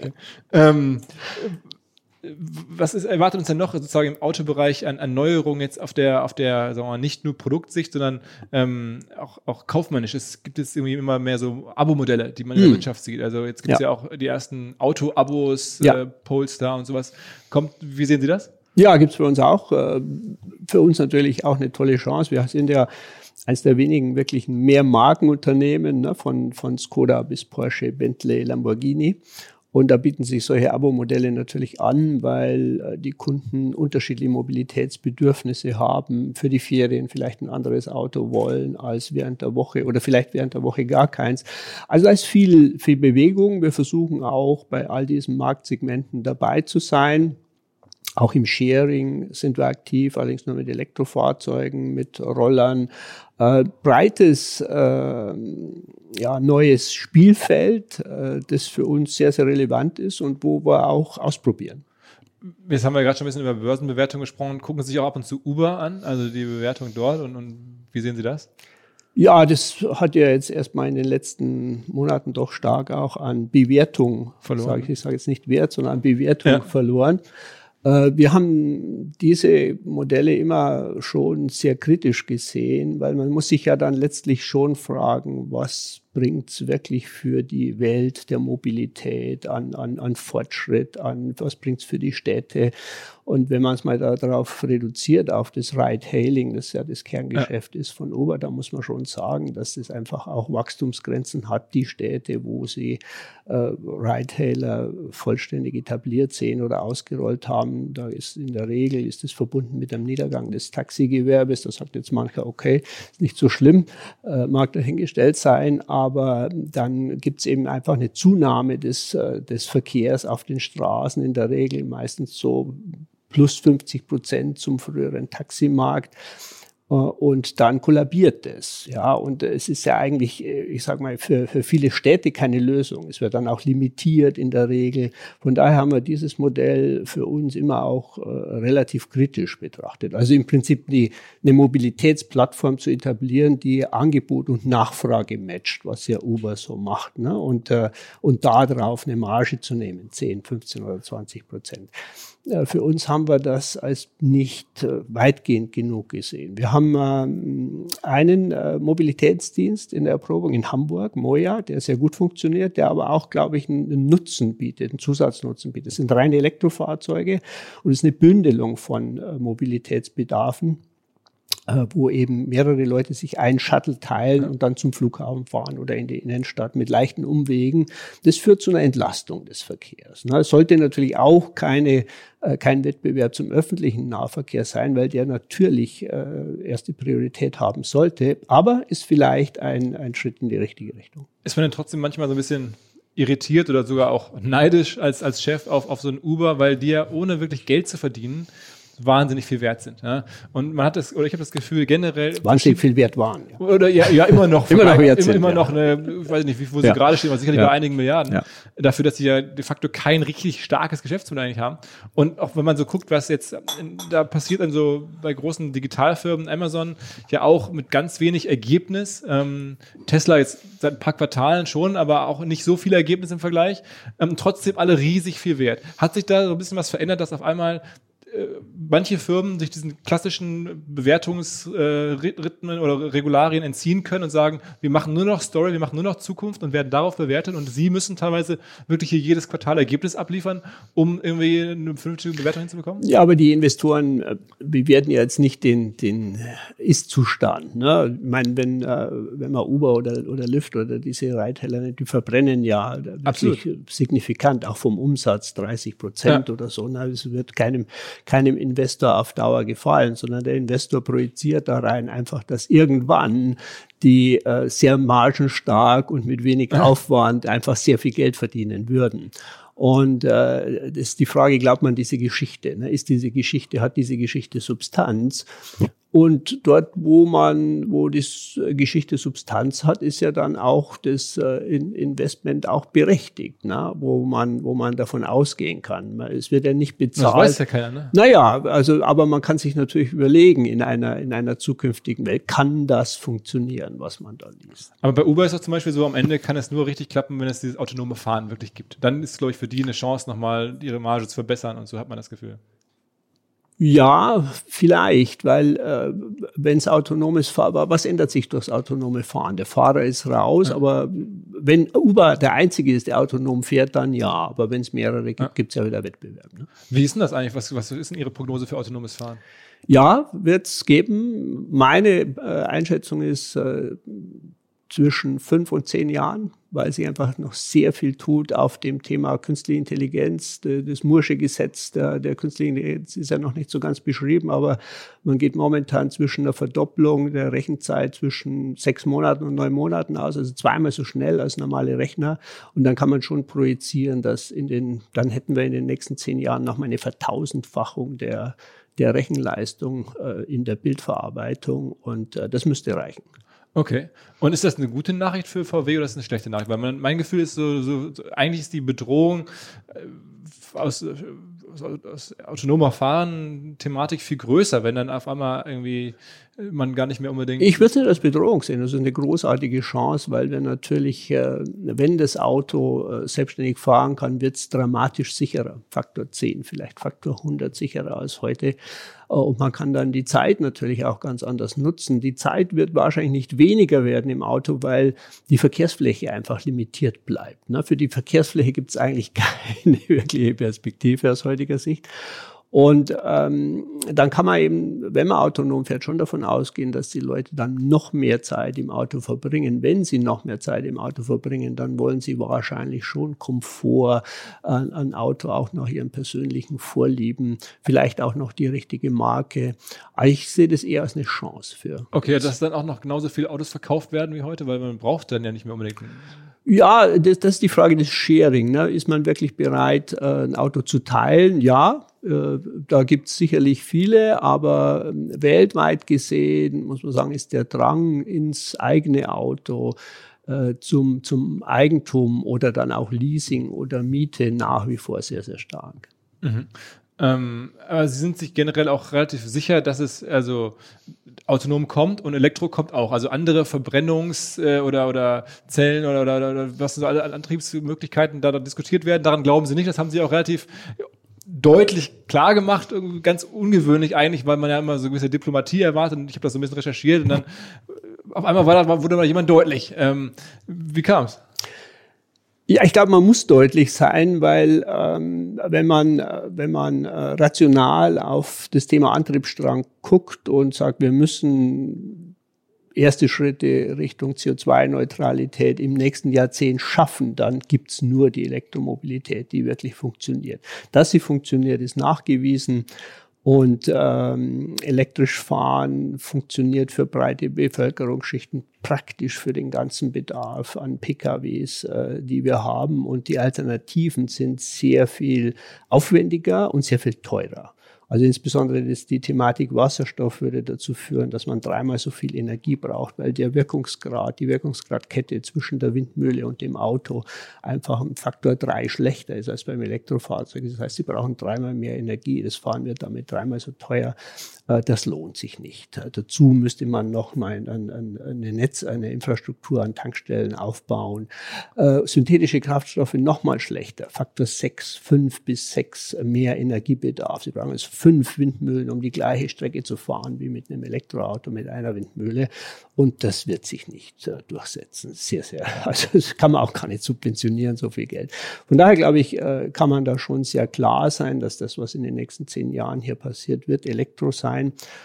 Was erwartet uns denn noch sozusagen im Autobereich an Neuerungen jetzt auf der sagen wir mal, nicht nur Produktsicht, sondern auch kaufmännisch? Es gibt jetzt irgendwie immer mehr so Abo-Modelle, die man in der Wirtschaft sieht. Also jetzt gibt es ja auch die ersten Auto-Abos, Polestar und sowas. Wie sehen Sie das? Ja, gibt's für uns auch. Für uns natürlich auch eine tolle Chance. Wir sind ja eines der wenigen wirklichen Mehrmarkenunternehmen, ne, von Skoda bis Porsche, Bentley, Lamborghini. Und da bieten sich solche Abo-Modelle natürlich an, weil die Kunden unterschiedliche Mobilitätsbedürfnisse haben, für die Ferien vielleicht ein anderes Auto wollen als während der Woche oder vielleicht während der Woche gar keins. Also da ist viel Bewegung. Wir versuchen auch bei all diesen Marktsegmenten dabei zu sein. Auch im Sharing sind wir aktiv, allerdings nur mit Elektrofahrzeugen, mit Rollern. Breites, neues Spielfeld, das für uns sehr, sehr relevant ist und wo wir auch ausprobieren. Jetzt haben wir gerade schon ein bisschen über Börsenbewertung gesprochen. Gucken Sie sich auch ab und zu Uber an, also die Bewertung dort und wie sehen Sie das? Ja, das hat ja jetzt erstmal in den letzten Monaten doch stark auch an Bewertung verloren. Ich sage jetzt nicht Wert, sondern an Bewertung verloren. Wir haben diese Modelle immer schon sehr kritisch gesehen, weil man muss sich ja dann letztlich schon fragen, was bringt es wirklich für die Welt der Mobilität an Fortschritt, was bringt es für die Städte? Und wenn man es mal darauf reduziert, auf das Ride-Hailing, das ja das Kerngeschäft ist von Uber, da muss man schon sagen, dass es einfach auch Wachstumsgrenzen hat, die Städte, wo sie Ride-Hailer vollständig etabliert sehen oder ausgerollt haben. Da ist in der Regel ist es verbunden mit dem Niedergang des Taxigewerbes. Da sagt jetzt mancher, okay, ist nicht so schlimm, mag dahingestellt sein, aber dann gibt es eben einfach eine Zunahme des Verkehrs auf den Straßen, in der Regel meistens so plus 50% zum früheren Taximarkt. Und dann kollabiert es. Ja, und es ist ja eigentlich, ich sag mal, für viele Städte keine Lösung. Es wird dann auch limitiert in der Regel. Von daher haben wir dieses Modell für uns immer auch relativ kritisch betrachtet. Also im Prinzip eine Mobilitätsplattform zu etablieren, die Angebot und Nachfrage matcht, was ja Uber so macht, ne? Und da drauf eine Marge zu nehmen, 10, 15 oder 20%. Für uns haben wir das als nicht weitgehend genug gesehen. Wir haben einen Mobilitätsdienst in der Erprobung in Hamburg, Moja, der sehr gut funktioniert, der aber auch, glaube ich, einen Nutzen bietet, einen Zusatznutzen bietet. Das sind reine Elektrofahrzeuge und es ist eine Bündelung von Mobilitätsbedarfen, wo eben mehrere Leute sich einen Shuttle teilen und dann zum Flughafen fahren oder in die Innenstadt mit leichten Umwegen. Das führt zu einer Entlastung des Verkehrs. Es sollte natürlich auch kein Wettbewerb zum öffentlichen Nahverkehr sein, weil der natürlich erste Priorität haben sollte, aber ist vielleicht ein Schritt in die richtige Richtung. Ist man denn trotzdem manchmal so ein bisschen irritiert oder sogar auch neidisch als Chef auf so ein Uber, weil die ja ohne wirklich Geld zu verdienen wahnsinnig viel wert sind. Ja? Und man hat das, oder ich habe das Gefühl, generell wahnsinnig viel wert waren. Ja. Oder ja, immer noch. immer noch wert sind. Immer noch eine, ich weiß nicht, wo sie gerade stehen, aber sicherlich bei einigen Milliarden. Ja. Dafür, dass sie ja de facto kein richtig starkes Geschäftsmodell eigentlich haben. Und auch wenn man so guckt, was jetzt da passiert dann so bei großen Digitalfirmen, Amazon, ja auch mit ganz wenig Ergebnis. Tesla jetzt seit ein paar Quartalen schon, aber auch nicht so viel Ergebnis im Vergleich. Trotzdem alle riesig viel wert. Hat sich da so ein bisschen was verändert, dass auf einmal manche Firmen sich diesen klassischen Bewertungsrhythmen oder Regularien entziehen können und sagen, wir machen nur noch Story, wir machen nur noch Zukunft und werden darauf bewertet und sie müssen teilweise wirklich hier jedes Quartal Ergebnis abliefern, um irgendwie eine vernünftige Bewertung hinzubekommen? Ja, aber die Investoren bewerten ja jetzt nicht den Ist-Zustand. Ne? Ich meine, wenn man Uber oder Lyft oder diese Reithäller, die verbrennen ja wirklich signifikant, auch vom Umsatz 30% oder so. Ne? Es wird keinem Investor auf Dauer gefallen, sondern der Investor projiziert da rein einfach, dass irgendwann die sehr margenstark und mit wenig Aufwand einfach sehr viel Geld verdienen würden. Und das ist die Frage, glaubt man diese Geschichte? Ne? Hat diese Geschichte Substanz? Und dort, wo die Geschichte Substanz hat, ist ja dann auch das Investment auch berechtigt, ne? wo man davon ausgehen kann. Es wird ja nicht bezahlt. Das weiß ja keiner, ne? Naja, aber man kann sich natürlich überlegen, in einer zukünftigen Welt, kann das funktionieren, was man da liest. Aber bei Uber ist doch zum Beispiel so, am Ende kann es nur richtig klappen, wenn es dieses autonome Fahren wirklich gibt. Dann ist, glaube ich, für die eine Chance, nochmal ihre Marge zu verbessern und so hat man das Gefühl. Ja, vielleicht, weil wenn es autonomes Fahren, was ändert sich durchs autonome Fahren? Der Fahrer ist raus, aber wenn Uber der Einzige ist, der autonom fährt, dann ja. Aber wenn es mehrere gibt, gibt es ja wieder Wettbewerb. Ne? Wie ist denn das eigentlich? Was ist denn Ihre Prognose für autonomes Fahren? Ja, wird es geben. Meine Einschätzung ist zwischen 5 und 10 Jahren, weil sich einfach noch sehr viel tut auf dem Thema künstliche Intelligenz. Das Moore'sche Gesetz der künstlichen Intelligenz ist ja noch nicht so ganz beschrieben, aber man geht momentan zwischen einer Verdopplung der Rechenzeit zwischen 6 Monaten und 9 Monaten aus, also zweimal so schnell als normale Rechner. Und dann kann man schon projizieren, dass dann hätten wir in den nächsten 10 Jahren nochmal eine Vertausendfachung der Rechenleistung in der Bildverarbeitung und das müsste reichen. Okay. Und ist das eine gute Nachricht für VW oder ist das eine schlechte Nachricht? Weil mein Gefühl ist so eigentlich ist die Bedrohung aus autonomer Fahren-Thematik viel größer, wenn dann auf einmal irgendwie man gar nicht mehr unbedingt... Ich würde es nicht als Bedrohung sehen. Das ist eine großartige Chance, weil wir natürlich, wenn das Auto selbstständig fahren kann, wird es dramatisch sicherer. Faktor 10, vielleicht Faktor 100 sicherer als heute. Und man kann dann die Zeit natürlich auch ganz anders nutzen. Die Zeit wird wahrscheinlich nicht weniger werden im Auto, weil die Verkehrsfläche einfach limitiert bleibt. Für die Verkehrsfläche gibt es eigentlich keine wirkliche Perspektive aus heutiger Sicht. Und dann kann man eben, wenn man autonom fährt, schon davon ausgehen, dass die Leute dann noch mehr Zeit im Auto verbringen. Wenn sie noch mehr Zeit im Auto verbringen, dann wollen sie wahrscheinlich schon Komfort, ein Auto auch nach ihren persönlichen Vorlieben, vielleicht auch noch die richtige Marke. Aber ich sehe das eher als eine Chance für. Okay, dass dann auch noch genauso viele Autos verkauft werden wie heute, weil man braucht dann ja nicht mehr unbedingt... Ja, das ist die Frage des Sharing. Ne? Ist man wirklich bereit, ein Auto zu teilen? Ja, da gibt es sicherlich viele, aber weltweit gesehen, muss man sagen, ist der Drang ins eigene Auto zum Eigentum oder dann auch Leasing oder Miete nach wie vor sehr, sehr stark. Mhm. Aber Sie sind sich generell auch relativ sicher, dass es also autonom kommt und Elektro kommt auch. Also andere Verbrennungs- oder Zellen oder was so alle Antriebsmöglichkeiten da diskutiert werden. Daran glauben Sie nicht. Das haben Sie auch relativ deutlich klar gemacht, ganz ungewöhnlich eigentlich, weil man ja immer so eine gewisse Diplomatie erwartet und ich habe das so ein bisschen recherchiert und dann auf einmal wurde mal jemand deutlich. Wie kam es? Ja, ich glaube, man muss deutlich sein, weil wenn man rational auf das Thema Antriebsstrang guckt und sagt, wir müssen erste Schritte Richtung CO2-Neutralität im nächsten Jahrzehnt schaffen, dann gibt's nur die Elektromobilität, die wirklich funktioniert. Dass sie funktioniert, ist nachgewiesen. Und elektrisch fahren funktioniert für breite Bevölkerungsschichten praktisch für den ganzen Bedarf an PKWs, die wir haben. Und die Alternativen sind sehr viel aufwendiger und sehr viel teurer. Also insbesondere die Thematik Wasserstoff würde dazu führen, dass man 3-mal so viel Energie braucht, weil die Wirkungsgradkette zwischen der Windmühle und dem Auto einfach um Faktor 3 schlechter ist als beim Elektrofahrzeug. Das heißt, sie brauchen 3-mal mehr Energie. Das Fahren wird damit 3-mal so teuer. Das lohnt sich nicht. Dazu müsste man noch mal eine Infrastruktur an Tankstellen aufbauen. Synthetische Kraftstoffe noch mal schlechter. Faktor 5 bis 6 mehr Energiebedarf. Sie brauchen jetzt 5 Windmühlen, um die gleiche Strecke zu fahren wie mit einem Elektroauto mit einer Windmühle. Und das wird sich nicht durchsetzen. Also das kann man auch gar nicht subventionieren, so viel Geld. Von daher, glaube ich, kann man da schon sehr klar sein, dass das, was in den nächsten 10 Jahren hier passiert, wird Elektro sein.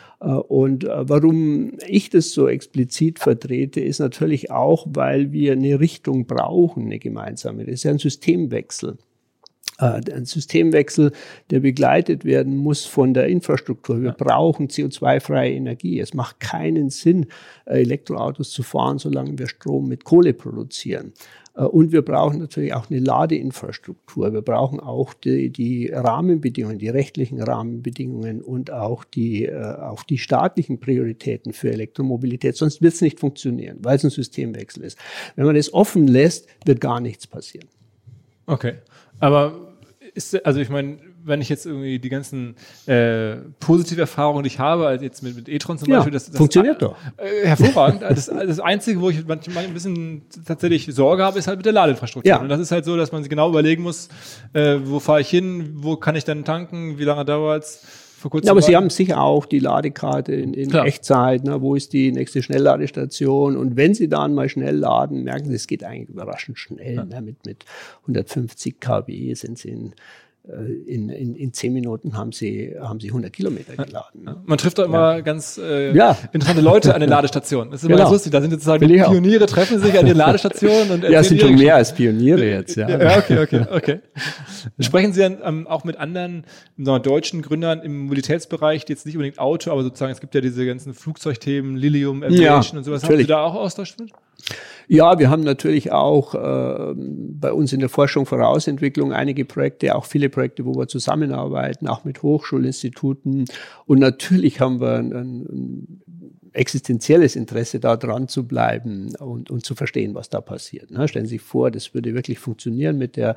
Und warum ich das so explizit vertrete, ist natürlich auch, weil wir eine Richtung brauchen, eine gemeinsame. Das ist ja ein Systemwechsel. Ein Systemwechsel, der begleitet werden muss von der Infrastruktur. Wir brauchen CO2-freie Energie. Es macht keinen Sinn, Elektroautos zu fahren, solange wir Strom mit Kohle produzieren. Und wir brauchen natürlich auch eine Ladeinfrastruktur. Wir brauchen auch die Rahmenbedingungen, die rechtlichen Rahmenbedingungen und auch die staatlichen Prioritäten für Elektromobilität. Sonst wird es nicht funktionieren, weil es ein Systemwechsel ist. Wenn man das offen lässt, wird gar nichts passieren. Okay, aber also ich meine, wenn ich jetzt irgendwie die ganzen positive Erfahrungen, die ich habe, also jetzt mit e-tron zum Beispiel, das funktioniert doch. Hervorragend. Das Einzige, wo ich manchmal ein bisschen tatsächlich Sorge habe, ist halt mit der Ladeinfrastruktur. Ja. Und das ist halt so, dass man sich genau überlegen muss, wo fahre ich hin, wo kann ich dann tanken, wie lange dauert's? Ja, aber Sie haben sicher auch die Ladekarte in Echtzeit, ne? Wo ist die nächste Schnellladestation? Und wenn Sie dann mal schnell laden, merken Sie, es geht eigentlich überraschend schnell. Ja. Ne? Mit 150 kW sind Sie in 10 Minuten haben sie 100 Kilometer geladen. Ne? Man trifft doch immer ganz interessante Leute an den Ladestationen. Das ist immer ganz lustig. Da sind sozusagen die Pioniere, treffen sich an den Ladestationen. Und ja, es sind schon mehr als Pioniere jetzt. Ja, okay. Sprechen Sie dann auch mit anderen deutschen Gründern im Mobilitätsbereich, die jetzt nicht unbedingt Auto, aber sozusagen, es gibt ja diese ganzen Flugzeugthemen, Lilium, Aviation und sowas. Natürlich. Haben Sie da auch Austausch mit? Ja, wir haben natürlich auch bei uns in der Forschung, Vorausentwicklung einige Projekte, auch viele Projekte, wo wir zusammenarbeiten, auch mit Hochschulinstituten. Und natürlich haben wir ein existenzielles Interesse, da dran zu bleiben und zu verstehen, was da passiert. Ne? Stellen Sie sich vor, das würde wirklich funktionieren mit der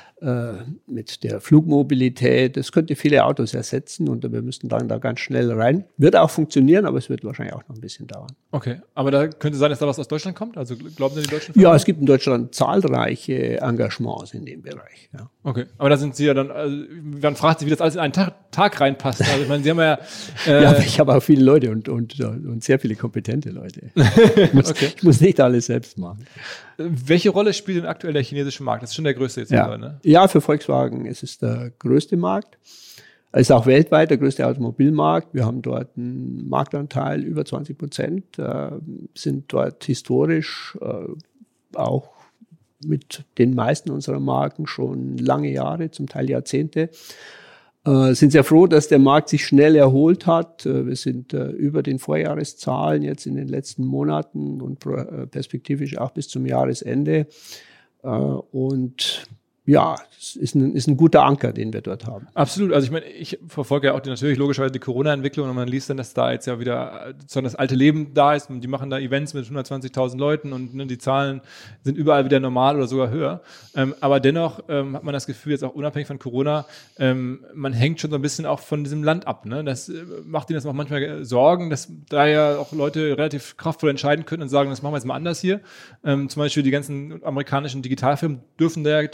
Flugmobilität. Das könnte viele Autos ersetzen und wir müssten dann da ganz schnell rein. Wird auch funktionieren, aber es wird wahrscheinlich auch noch ein bisschen dauern. Okay, aber da könnte sein, dass da was aus Deutschland kommt? Also glauben Sie die deutschen Firmen? Ja, es gibt in Deutschland zahlreiche Engagements in dem Bereich. Ja. Okay, aber da sind Sie ja dann, man fragt sich, wie das alles in einen Tag reinpasst. Also ich meine, Sie haben ja... aber ich habe auch viele Leute und sehr viele kompetente Leute. Ich muss nicht alles selbst machen. Welche Rolle spielt denn aktuell der chinesische Markt? Das ist schon der größte jetzt. Ja, ne? Ja, für Volkswagen ist es der größte Markt. Es ist auch weltweit der größte Automobilmarkt. Wir haben dort einen Marktanteil über 20%, sind dort historisch auch mit den meisten unserer Marken schon lange Jahre, zum Teil Jahrzehnte. Sind sehr froh, dass der Markt sich schnell erholt hat. Wir sind über den Vorjahreszahlen jetzt in den letzten Monaten und perspektivisch auch bis zum Jahresende. Und ja, es ist ein guter Anker, den wir dort haben. Absolut. Also ich meine, ich verfolge ja auch natürlich logischerweise die Corona-Entwicklung und man liest dann, dass da jetzt ja wieder sozusagen das alte Leben da ist und die machen da Events mit 120.000 Leuten und ne, die Zahlen sind überall wieder normal oder sogar höher. Aber dennoch hat man das Gefühl, jetzt auch unabhängig von Corona, man hängt schon so ein bisschen auch von diesem Land ab. Ne? Das macht ihnen das auch manchmal Sorgen, dass da ja auch Leute relativ kraftvoll entscheiden können und sagen, das machen wir jetzt mal anders hier. Zum Beispiel die ganzen amerikanischen Digitalfirmen dürfen da ja teilweise gar nicht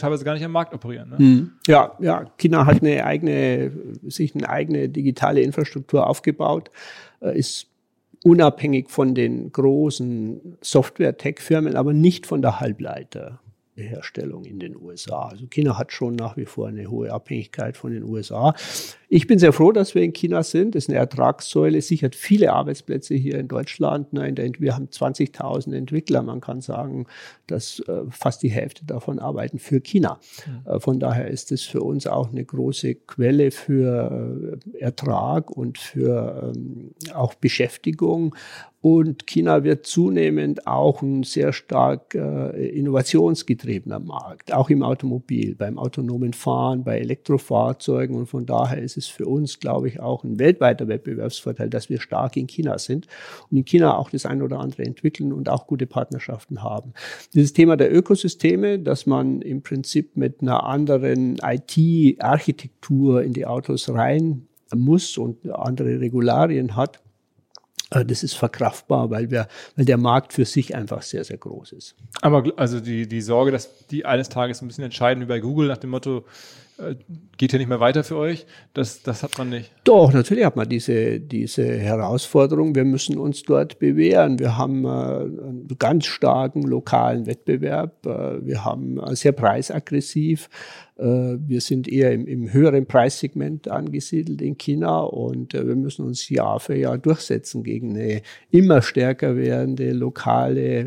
gleichen Markt operieren. Ne? Ja, China hat sich eine eigene digitale Infrastruktur aufgebaut, ist unabhängig von den großen Software-Tech-Firmen, aber nicht von der Halbleiterherstellung in den USA. Also China hat schon nach wie vor eine hohe Abhängigkeit von den USA. Ich bin sehr froh, dass wir in China sind. Das ist eine Ertragssäule, sichert viele Arbeitsplätze hier in Deutschland. Wir haben 20.000 Entwickler. Man kann sagen, dass fast die Hälfte davon arbeiten für China. Von daher ist es für uns auch eine große Quelle für Ertrag und für auch Beschäftigung. Und China wird zunehmend auch ein sehr stark innovationsgetriebener Markt, auch im Automobil, beim autonomen Fahren, bei Elektrofahrzeugen. Und von daher ist es für uns, glaube ich, auch ein weltweiter Wettbewerbsvorteil, dass wir stark in China sind und in China auch das ein oder andere entwickeln und auch gute Partnerschaften haben. Dieses Thema der Ökosysteme, dass man im Prinzip mit einer anderen IT-Architektur in die Autos rein muss und andere Regularien hat, das ist verkraftbar, weil der Markt für sich einfach sehr, sehr groß ist. Aber also die Sorge, dass die eines Tages ein bisschen entscheiden wie bei Google nach dem Motto, geht hier nicht mehr weiter für euch, das hat man nicht. Doch, natürlich hat man diese Herausforderung. Wir müssen uns dort bewähren. Wir haben einen ganz starken lokalen Wettbewerb. Wir haben sehr preisaggressiv. Wir sind eher im höheren Preissegment angesiedelt in China und wir müssen uns Jahr für Jahr durchsetzen gegen eine immer stärker werdende lokale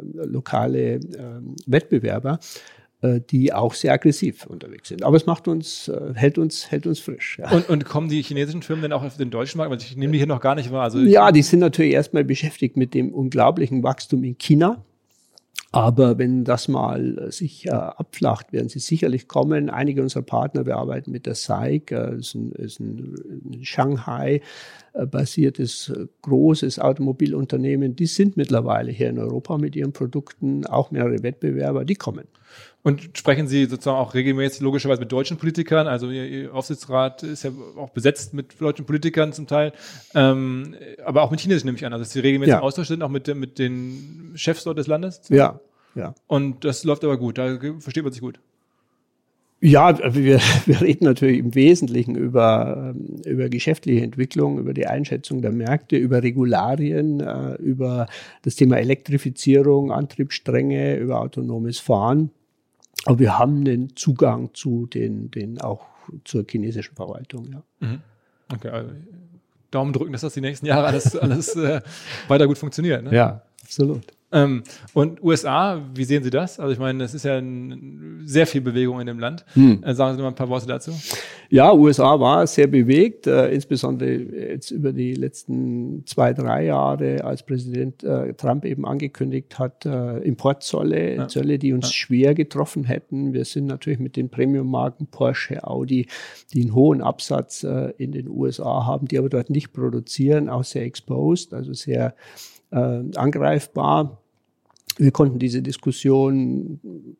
Wettbewerber, die auch sehr aggressiv unterwegs sind. Aber es hält uns frisch. Ja. Und kommen die chinesischen Firmen denn auch auf den deutschen Markt? Weil ich nehme die hier noch gar nicht wahr. Also ja, die sind natürlich erstmal beschäftigt mit dem unglaublichen Wachstum in China. Aber wenn das mal sich abflacht, werden sie sicherlich kommen. Einige unserer Partner, wir arbeiten mit der SAIC, ist ein Shanghai-basiertes großes Automobilunternehmen. Die sind mittlerweile hier in Europa mit ihren Produkten, auch mehrere Wettbewerber, die kommen. Und sprechen Sie sozusagen auch regelmäßig logischerweise mit deutschen Politikern? Also Ihr Aufsichtsrat ist ja auch besetzt mit deutschen Politikern zum Teil, aber auch mit chinesischen nehme ich an. Also dass Sie regelmäßig im Austausch sind, auch mit den Chefs dort des Landes? Ja. Und das läuft aber gut, da versteht man sich gut. Ja, wir reden natürlich im Wesentlichen über geschäftliche Entwicklung, über die Einschätzung der Märkte, über Regularien, über das Thema Elektrifizierung, Antriebsstränge, über autonomes Fahren. Aber wir haben einen Zugang zu auch zur chinesischen Verwaltung. Ja. Okay, also Daumen drücken, dass das die nächsten Jahre alles weiter gut funktioniert. Ne? Ja, absolut. Und USA, wie sehen Sie das? Also ich meine, es ist ja sehr viel Bewegung in dem Land. Sagen Sie mal ein paar Worte dazu. Ja, USA war sehr bewegt, insbesondere jetzt über die letzten 2-3 Jahre, als Präsident Trump eben angekündigt hat, Importzölle, Zölle, die uns schwer getroffen hätten. Wir sind natürlich mit den Premium-Marken Porsche, Audi, die einen hohen Absatz in den USA haben, die aber dort nicht produzieren, auch sehr exposed, also sehr angreifbar. Wir konnten diese Diskussion,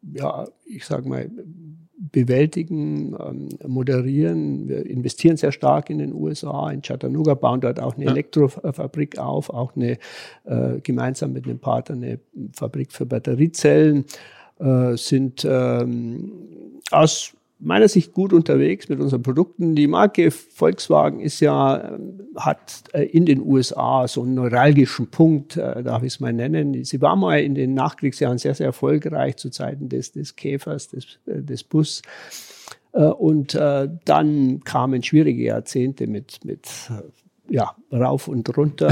bewältigen, moderieren. Wir investieren sehr stark in den USA, in Chattanooga, bauen dort auch eine Elektrofabrik auf, auch gemeinsam mit einem Partner eine Fabrik für Batteriezellen, sind aus meiner Sicht gut unterwegs mit unseren Produkten. Die Marke Volkswagen hat in den USA so einen neuralgischen Punkt, darf ich es mal nennen. Sie war mal in den Nachkriegsjahren sehr, sehr erfolgreich zu Zeiten des Käfers, des Bus. Und dann kamen schwierige Jahrzehnte mit rauf und runter.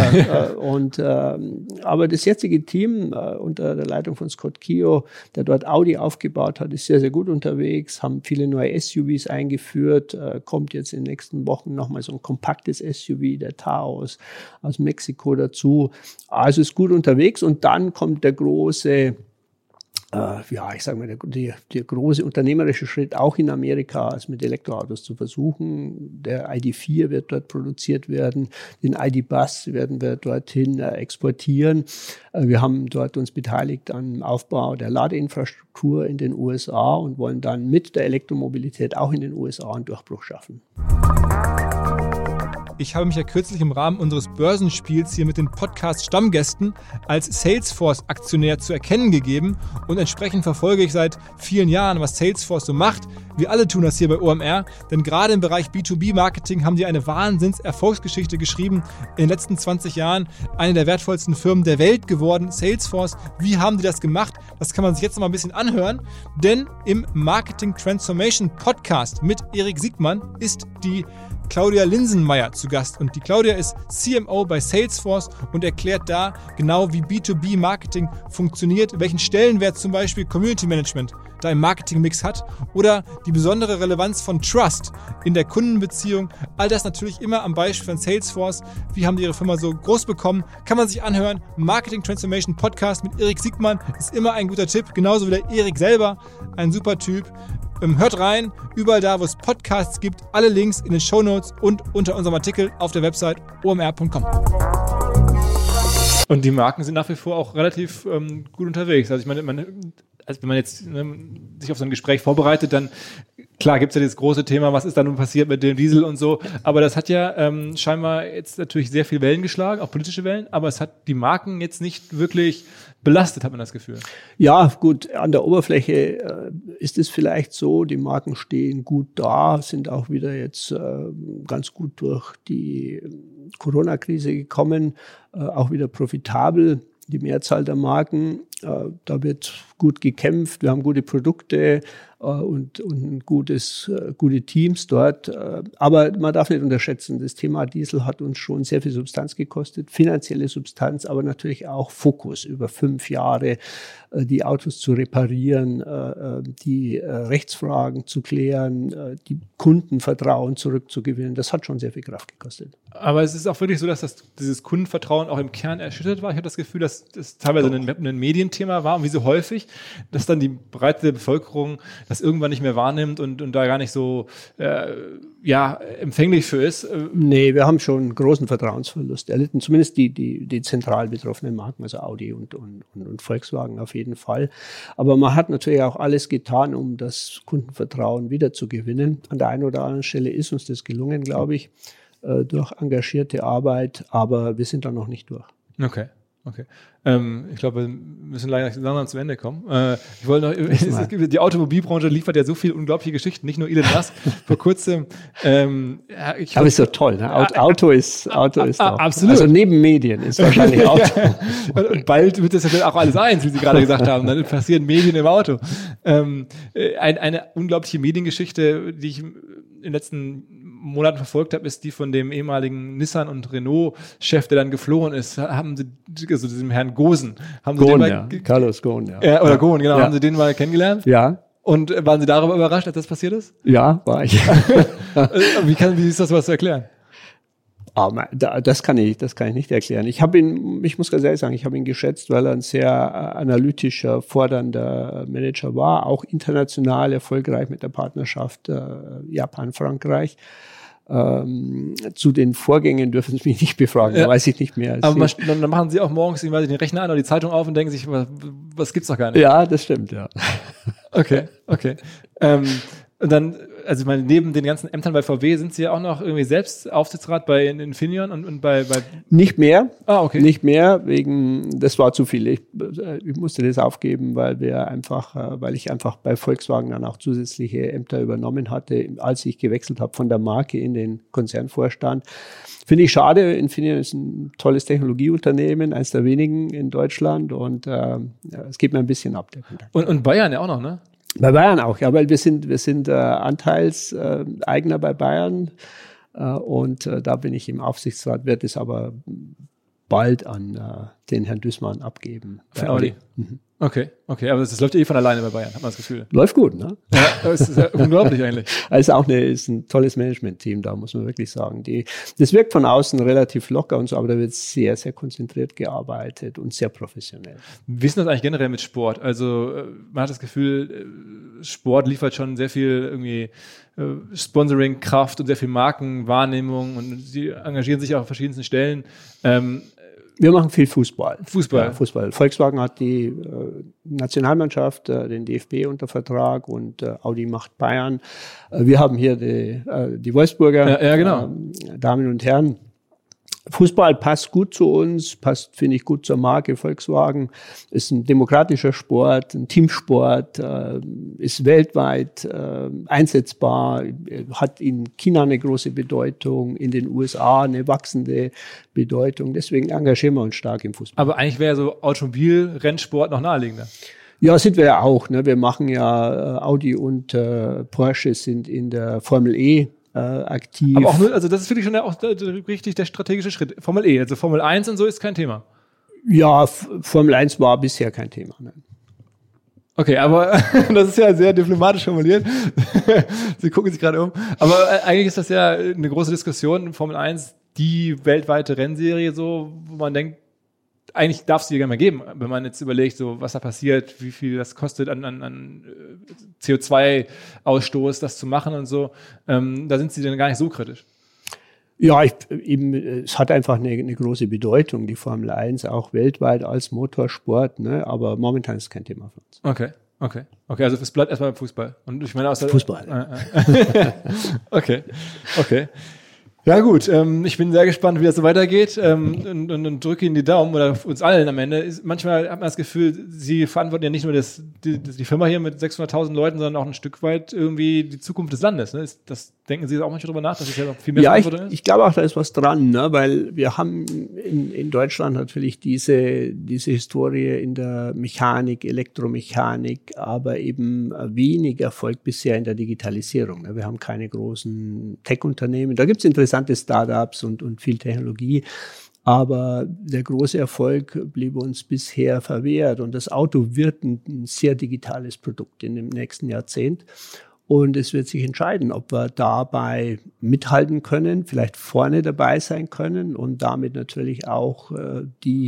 Aber das jetzige Team unter der Leitung von Scott Keogh, der dort Audi aufgebaut hat, ist sehr, sehr gut unterwegs, haben viele neue SUVs eingeführt, kommt jetzt in den nächsten Wochen nochmal so ein kompaktes SUV, der Taos aus Mexiko dazu. Also ist gut unterwegs und dann kommt der große der große unternehmerische Schritt auch in Amerika, es mit Elektroautos zu versuchen. Der ID.4 wird dort produziert werden, den ID.Buzz werden wir dorthin exportieren. Wir haben dort uns beteiligt am Aufbau der Ladeinfrastruktur in den USA und wollen dann mit der Elektromobilität auch in den USA einen Durchbruch schaffen. Ich habe mich ja kürzlich im Rahmen unseres Börsenspiels hier mit den Podcast-Stammgästen als Salesforce-Aktionär zu erkennen gegeben und entsprechend verfolge ich seit vielen Jahren, was Salesforce so macht. Wir alle tun das hier bei OMR, denn gerade im Bereich B2B-Marketing haben die eine Wahnsinns-Erfolgsgeschichte geschrieben. In den letzten 20 Jahren eine der wertvollsten Firmen der Welt geworden, Salesforce. Wie haben die das gemacht? Das kann man sich jetzt noch mal ein bisschen anhören, denn im Marketing Transformation Podcast mit Erik Siegmann ist die Claudia Linsenmeier zu Gast. Und die Claudia ist CMO bei Salesforce und erklärt da genau, wie B2B-Marketing funktioniert, welchen Stellenwert zum Beispiel Community Management da im Marketingmix hat oder die besondere Relevanz von Trust in der Kundenbeziehung. All das natürlich immer am Beispiel von Salesforce. Wie haben die ihre Firma so groß bekommen? Kann man sich anhören. Marketing Transformation Podcast mit Erik Siegmann ist immer ein guter Tipp. Genauso wie der Erik selber. Ein super Typ. Hört rein, überall da, wo es Podcasts gibt. Alle Links in den Shownotes und unter unserem Artikel auf der Website omr.com. Und die Marken sind nach wie vor auch relativ gut unterwegs. Also ich meine, wenn man jetzt sich auf so ein Gespräch vorbereitet, dann klar gibt es ja das große Thema, was ist da nun passiert mit dem Diesel und so, aber das hat ja scheinbar jetzt natürlich sehr viel Wellen geschlagen, auch politische Wellen, aber es hat die Marken jetzt nicht wirklich belastet, hat man das Gefühl. Ja, gut, an der Oberfläche ist es vielleicht so, die Marken stehen gut da, sind auch wieder jetzt ganz gut durch die Corona-Krise gekommen, auch wieder profitabel. Die Mehrzahl der Marken, da wird gut gekämpft, wir haben gute Produkte und gute Teams dort. Aber man darf nicht unterschätzen, das Thema Diesel hat uns schon sehr viel Substanz gekostet, finanzielle Substanz, aber natürlich auch Fokus über 5 Jahre, die Autos zu reparieren, die Rechtsfragen zu klären, die Kundenvertrauen zurückzugewinnen. Das hat schon sehr viel Kraft gekostet. Aber es ist auch wirklich so, dass dieses Kundenvertrauen auch im Kern erschüttert war. Ich habe das Gefühl, dass das teilweise ein Medienthema war und wie so häufig, dass dann die breite Bevölkerung das irgendwann nicht mehr wahrnimmt und da gar nicht so empfänglich für ist. Nee, wir haben schon einen großen Vertrauensverlust erlitten, zumindest die zentral betroffenen Marken, also Audi und Volkswagen auf jeden Fall. Aber man hat natürlich auch alles getan, um das Kundenvertrauen wiederzugewinnen. An der einen oder anderen Stelle ist uns das gelungen, glaube ich, durch engagierte Arbeit, aber wir sind da noch nicht durch. Okay. Ich glaube, wir müssen langsam zum Ende kommen. Ich wollte noch, die Automobilbranche liefert ja so viele unglaubliche Geschichten, nicht nur Elon Musk. Vor kurzem. Aber ist doch toll, ne? Auto ist doch. Absolut. Also neben Medien ist wahrscheinlich Auto. Und bald wird das ja auch alles eins, wie Sie gerade gesagt haben. Dann passieren Medien im Auto. Eine unglaubliche Mediengeschichte, die ich in den letzten Monaten verfolgt habe, ist die von dem ehemaligen Nissan- und Renault-Chef, der dann geflohen ist. Haben Sie, also diesem Herrn Gosen, haben Sie Carlos Ghosn, oder Ghosn, genau. Ja. Haben Sie den mal kennengelernt? Ja. Und waren Sie darüber überrascht, als das passiert ist? Ja, war ich. Wie ist das was zu erklären? Das kann ich nicht erklären. Ich muss ganz ehrlich sagen, ich habe ihn geschätzt, weil er ein sehr analytischer, fordernder Manager war, auch international erfolgreich mit der Partnerschaft Japan-Frankreich. Zu den Vorgängen dürfen Sie mich nicht befragen, da weiß ich nicht mehr. Aber dann machen Sie auch morgens den Rechner an oder die Zeitung auf und denken sich, was gibt's doch gar nicht. Ja, das stimmt, ja. Okay. Und dann, also ich meine, neben den ganzen Ämtern bei VW sind Sie ja auch noch irgendwie selbst Aufsichtsrat bei Infineon und bei Nicht mehr. Okay. Nicht mehr, das war zu viel. Ich musste das aufgeben, weil ich einfach bei Volkswagen dann auch zusätzliche Ämter übernommen hatte, als ich gewechselt habe von der Marke in den Konzernvorstand. Finde ich schade. Infineon ist ein tolles Technologieunternehmen, eines der wenigen in Deutschland und es geht mir ein bisschen ab, der Kontakt. Und Bayern ja auch noch, ne? Bei Bayern auch, ja, weil wir sind Anteilseigner bei Bayern und da bin ich im Aufsichtsrat, werde es aber bald an den Herrn Düßmann abgeben. Von Audi? Mhm. Okay, aber das läuft von alleine bei Bayern, hat man das Gefühl. Läuft gut, ne? Ja, das ist ja unglaublich eigentlich. Also ist ein tolles Management-Team, da muss man wirklich sagen. Das wirkt von außen relativ locker und so, aber da wird sehr, sehr konzentriert gearbeitet und sehr professionell. Wie ist das eigentlich generell mit Sport? Also man hat das Gefühl, Sport liefert schon sehr viel irgendwie Sponsoring-Kraft und sehr viel Markenwahrnehmung und sie engagieren sich auch auf verschiedensten Stellen. Wir machen viel Fußball. Fußball. Volkswagen hat die Nationalmannschaft, den DFB unter Vertrag und Audi macht Bayern. Wir haben hier die Wolfsburger ja, genau. Damen und Herren. Fußball passt gut zu uns, passt, finde ich, gut zur Marke Volkswagen. Ist ein demokratischer Sport, ein Teamsport, ist weltweit einsetzbar, hat in China eine große Bedeutung, in den USA eine wachsende Bedeutung. Deswegen engagieren wir uns stark im Fußball. Aber eigentlich wäre so Automobil-Rennsport noch naheliegender. Ja, sind wir ja auch. Ne? Wir machen ja Audi und Porsche sind in der Formel E aktiv. Aber auch nur, also das ist wirklich schon auch richtig der strategische Schritt. Formel E, also Formel 1 und so ist kein Thema. Ja, Formel 1 war bisher kein Thema. Nein. Okay, aber das ist ja sehr diplomatisch formuliert. Sie gucken sich gerade um. Aber eigentlich ist das ja eine große Diskussion. Formel 1, die weltweite Rennserie, so, wo man denkt, eigentlich darf es die gar nicht mehr geben, wenn man jetzt überlegt, so was da passiert, wie viel das kostet an CO2-Ausstoß, das zu machen und so. Da sind Sie dann gar nicht so kritisch. Ja, es hat einfach eine große Bedeutung, die Formel 1, auch weltweit als Motorsport, ne? Aber momentan ist es kein Thema für uns. Okay, also es bleibt erstmal beim Fußball. Und ich meine Fußball. Okay. Ja gut, ich bin sehr gespannt, wie das so weitergeht und drücke Ihnen die Daumen oder uns allen am Ende. Manchmal hat man das Gefühl, Sie verantworten ja nicht nur die Firma hier mit 600.000 Leuten, sondern auch ein Stück weit irgendwie die Zukunft des Landes. Ne? Denken Sie auch manchmal drüber nach, dass es ja noch viel mehr Verantwortung ist? Ich glaube auch, da ist was dran, ne? Weil wir haben in Deutschland natürlich diese Historie in der Mechanik, Elektromechanik, aber eben wenig Erfolg bisher in der Digitalisierung. Ne? Wir haben keine großen Tech-Unternehmen. Da gibt es interessante Startups und viel Technologie. Aber der große Erfolg blieb uns bisher verwehrt. Und das Auto wird ein sehr digitales Produkt in dem nächsten Jahrzehnt. Und es wird sich entscheiden, ob wir dabei mithalten können, vielleicht vorne dabei sein können und damit natürlich auch für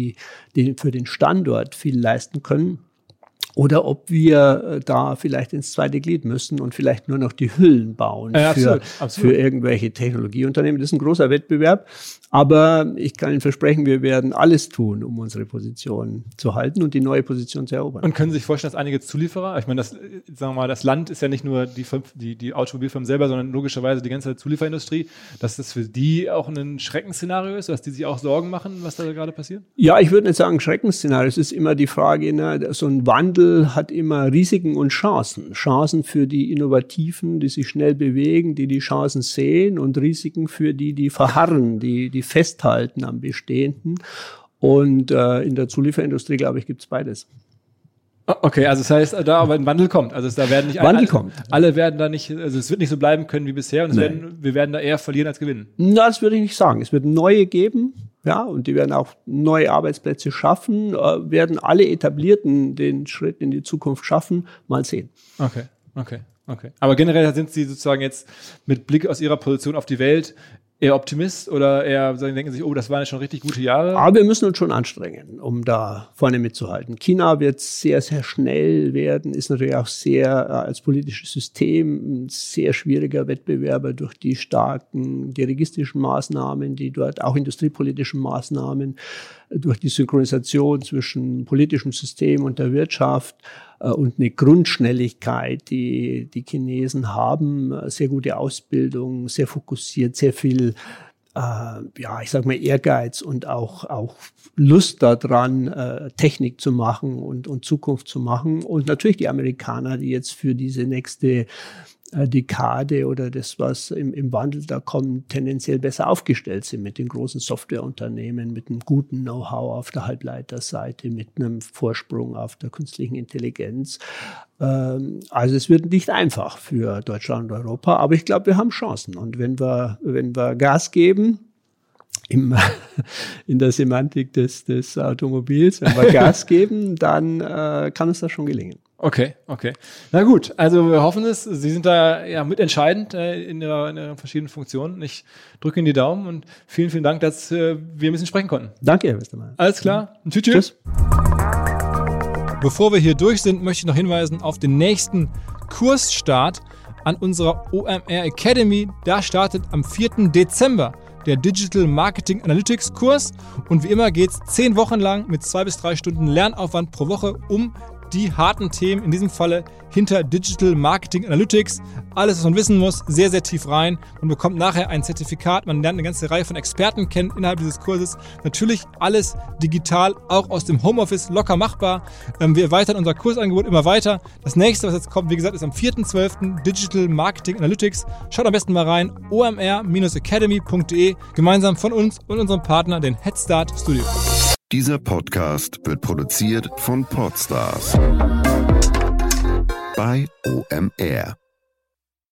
den Standort viel leisten können. Oder ob wir da vielleicht ins zweite Glied müssen und vielleicht nur noch die Hüllen bauen absolut. Für irgendwelche Technologieunternehmen. Das ist ein großer Wettbewerb. Aber ich kann Ihnen versprechen, wir werden alles tun, um unsere Position zu halten und die neue Position zu erobern. Und können Sie sich vorstellen, dass einige Zulieferer, ich meine, das Land ist ja nicht nur die Automobilfirmen selber, sondern logischerweise die ganze Zulieferindustrie, dass das für die auch ein Schreckensszenario ist, dass die sich auch Sorgen machen, was da gerade passiert? Ja, ich würde nicht sagen Schreckensszenario. Es ist immer die Frage, ne, so ein Wandel hat immer Risiken und Chancen. Chancen für die Innovativen, die sich schnell bewegen, die Chancen sehen, und Risiken für die verharren, die festhalten am Bestehenden. Und in der Zulieferindustrie, glaube ich, gibt es beides. Okay, also das heißt, da aber ein Wandel kommt. Also da werden nicht alle werden da nicht, also es wird nicht so bleiben können wie bisher, und wir werden da eher verlieren als gewinnen. Na, das würde ich nicht sagen. Es wird neue geben, ja, und die werden auch neue Arbeitsplätze schaffen, werden alle Etablierten den Schritt in die Zukunft schaffen, mal sehen. Okay. Aber generell sind Sie sozusagen jetzt mit Blick aus Ihrer Position auf die Welt eher Optimist oder eher denken Sie sich, oh, das waren jetzt schon richtig gute Jahre? Aber wir müssen uns schon anstrengen, um da vorne mitzuhalten. China wird sehr, sehr schnell werden, ist natürlich auch sehr als politisches System ein sehr schwieriger Wettbewerber durch die starken dirigistischen Maßnahmen, die dort auch industriepolitischen Maßnahmen, durch die Synchronisation zwischen politischem System und der Wirtschaft und eine Grundschnelligkeit, die Chinesen haben, sehr gute Ausbildung, sehr fokussiert, sehr viel, ich sag mal Ehrgeiz und auch Lust daran, Technik zu machen und Zukunft zu machen. Und natürlich die Amerikaner, die jetzt für diese nächste Dekade oder das, was im Wandel da kommt, tendenziell besser aufgestellt sind mit den großen Softwareunternehmen, mit einem guten Know-how auf der Halbleiterseite, mit einem Vorsprung auf der künstlichen Intelligenz. Also es wird nicht einfach für Deutschland und Europa, aber ich glaube, wir haben Chancen. Und wenn wir Gas geben, in der Semantik des Automobils, wenn wir Gas geben, dann kann uns das schon gelingen. Okay. Na gut, also wir hoffen es. Sie sind da ja mitentscheidend in Ihren verschiedenen Funktionen. Ich drücke Ihnen die Daumen und vielen, vielen Dank, dass wir ein bisschen sprechen konnten. Danke, Herr Westermeier. Alles klar. Tschüss. Bevor wir hier durch sind, möchte ich noch hinweisen auf den nächsten Kursstart an unserer OMR Academy. Da startet am 4. Dezember der Digital Marketing Analytics Kurs. Und wie immer geht es 10 Wochen lang mit 2 bis 3 Stunden Lernaufwand pro Woche um die harten Themen, in diesem Falle hinter Digital Marketing Analytics. Alles, was man wissen muss, sehr, sehr tief rein. Man bekommt nachher ein Zertifikat, man lernt eine ganze Reihe von Experten kennen innerhalb dieses Kurses. Natürlich alles digital, auch aus dem Homeoffice locker machbar. Wir erweitern unser Kursangebot immer weiter. Das nächste, was jetzt kommt, wie gesagt, ist am 4.12. Digital Marketing Analytics. Schaut am besten mal rein, omr-academy.de, gemeinsam von uns und unserem Partner, den Headstart Studio. Dieser Podcast wird produziert von Podstars bei OMR.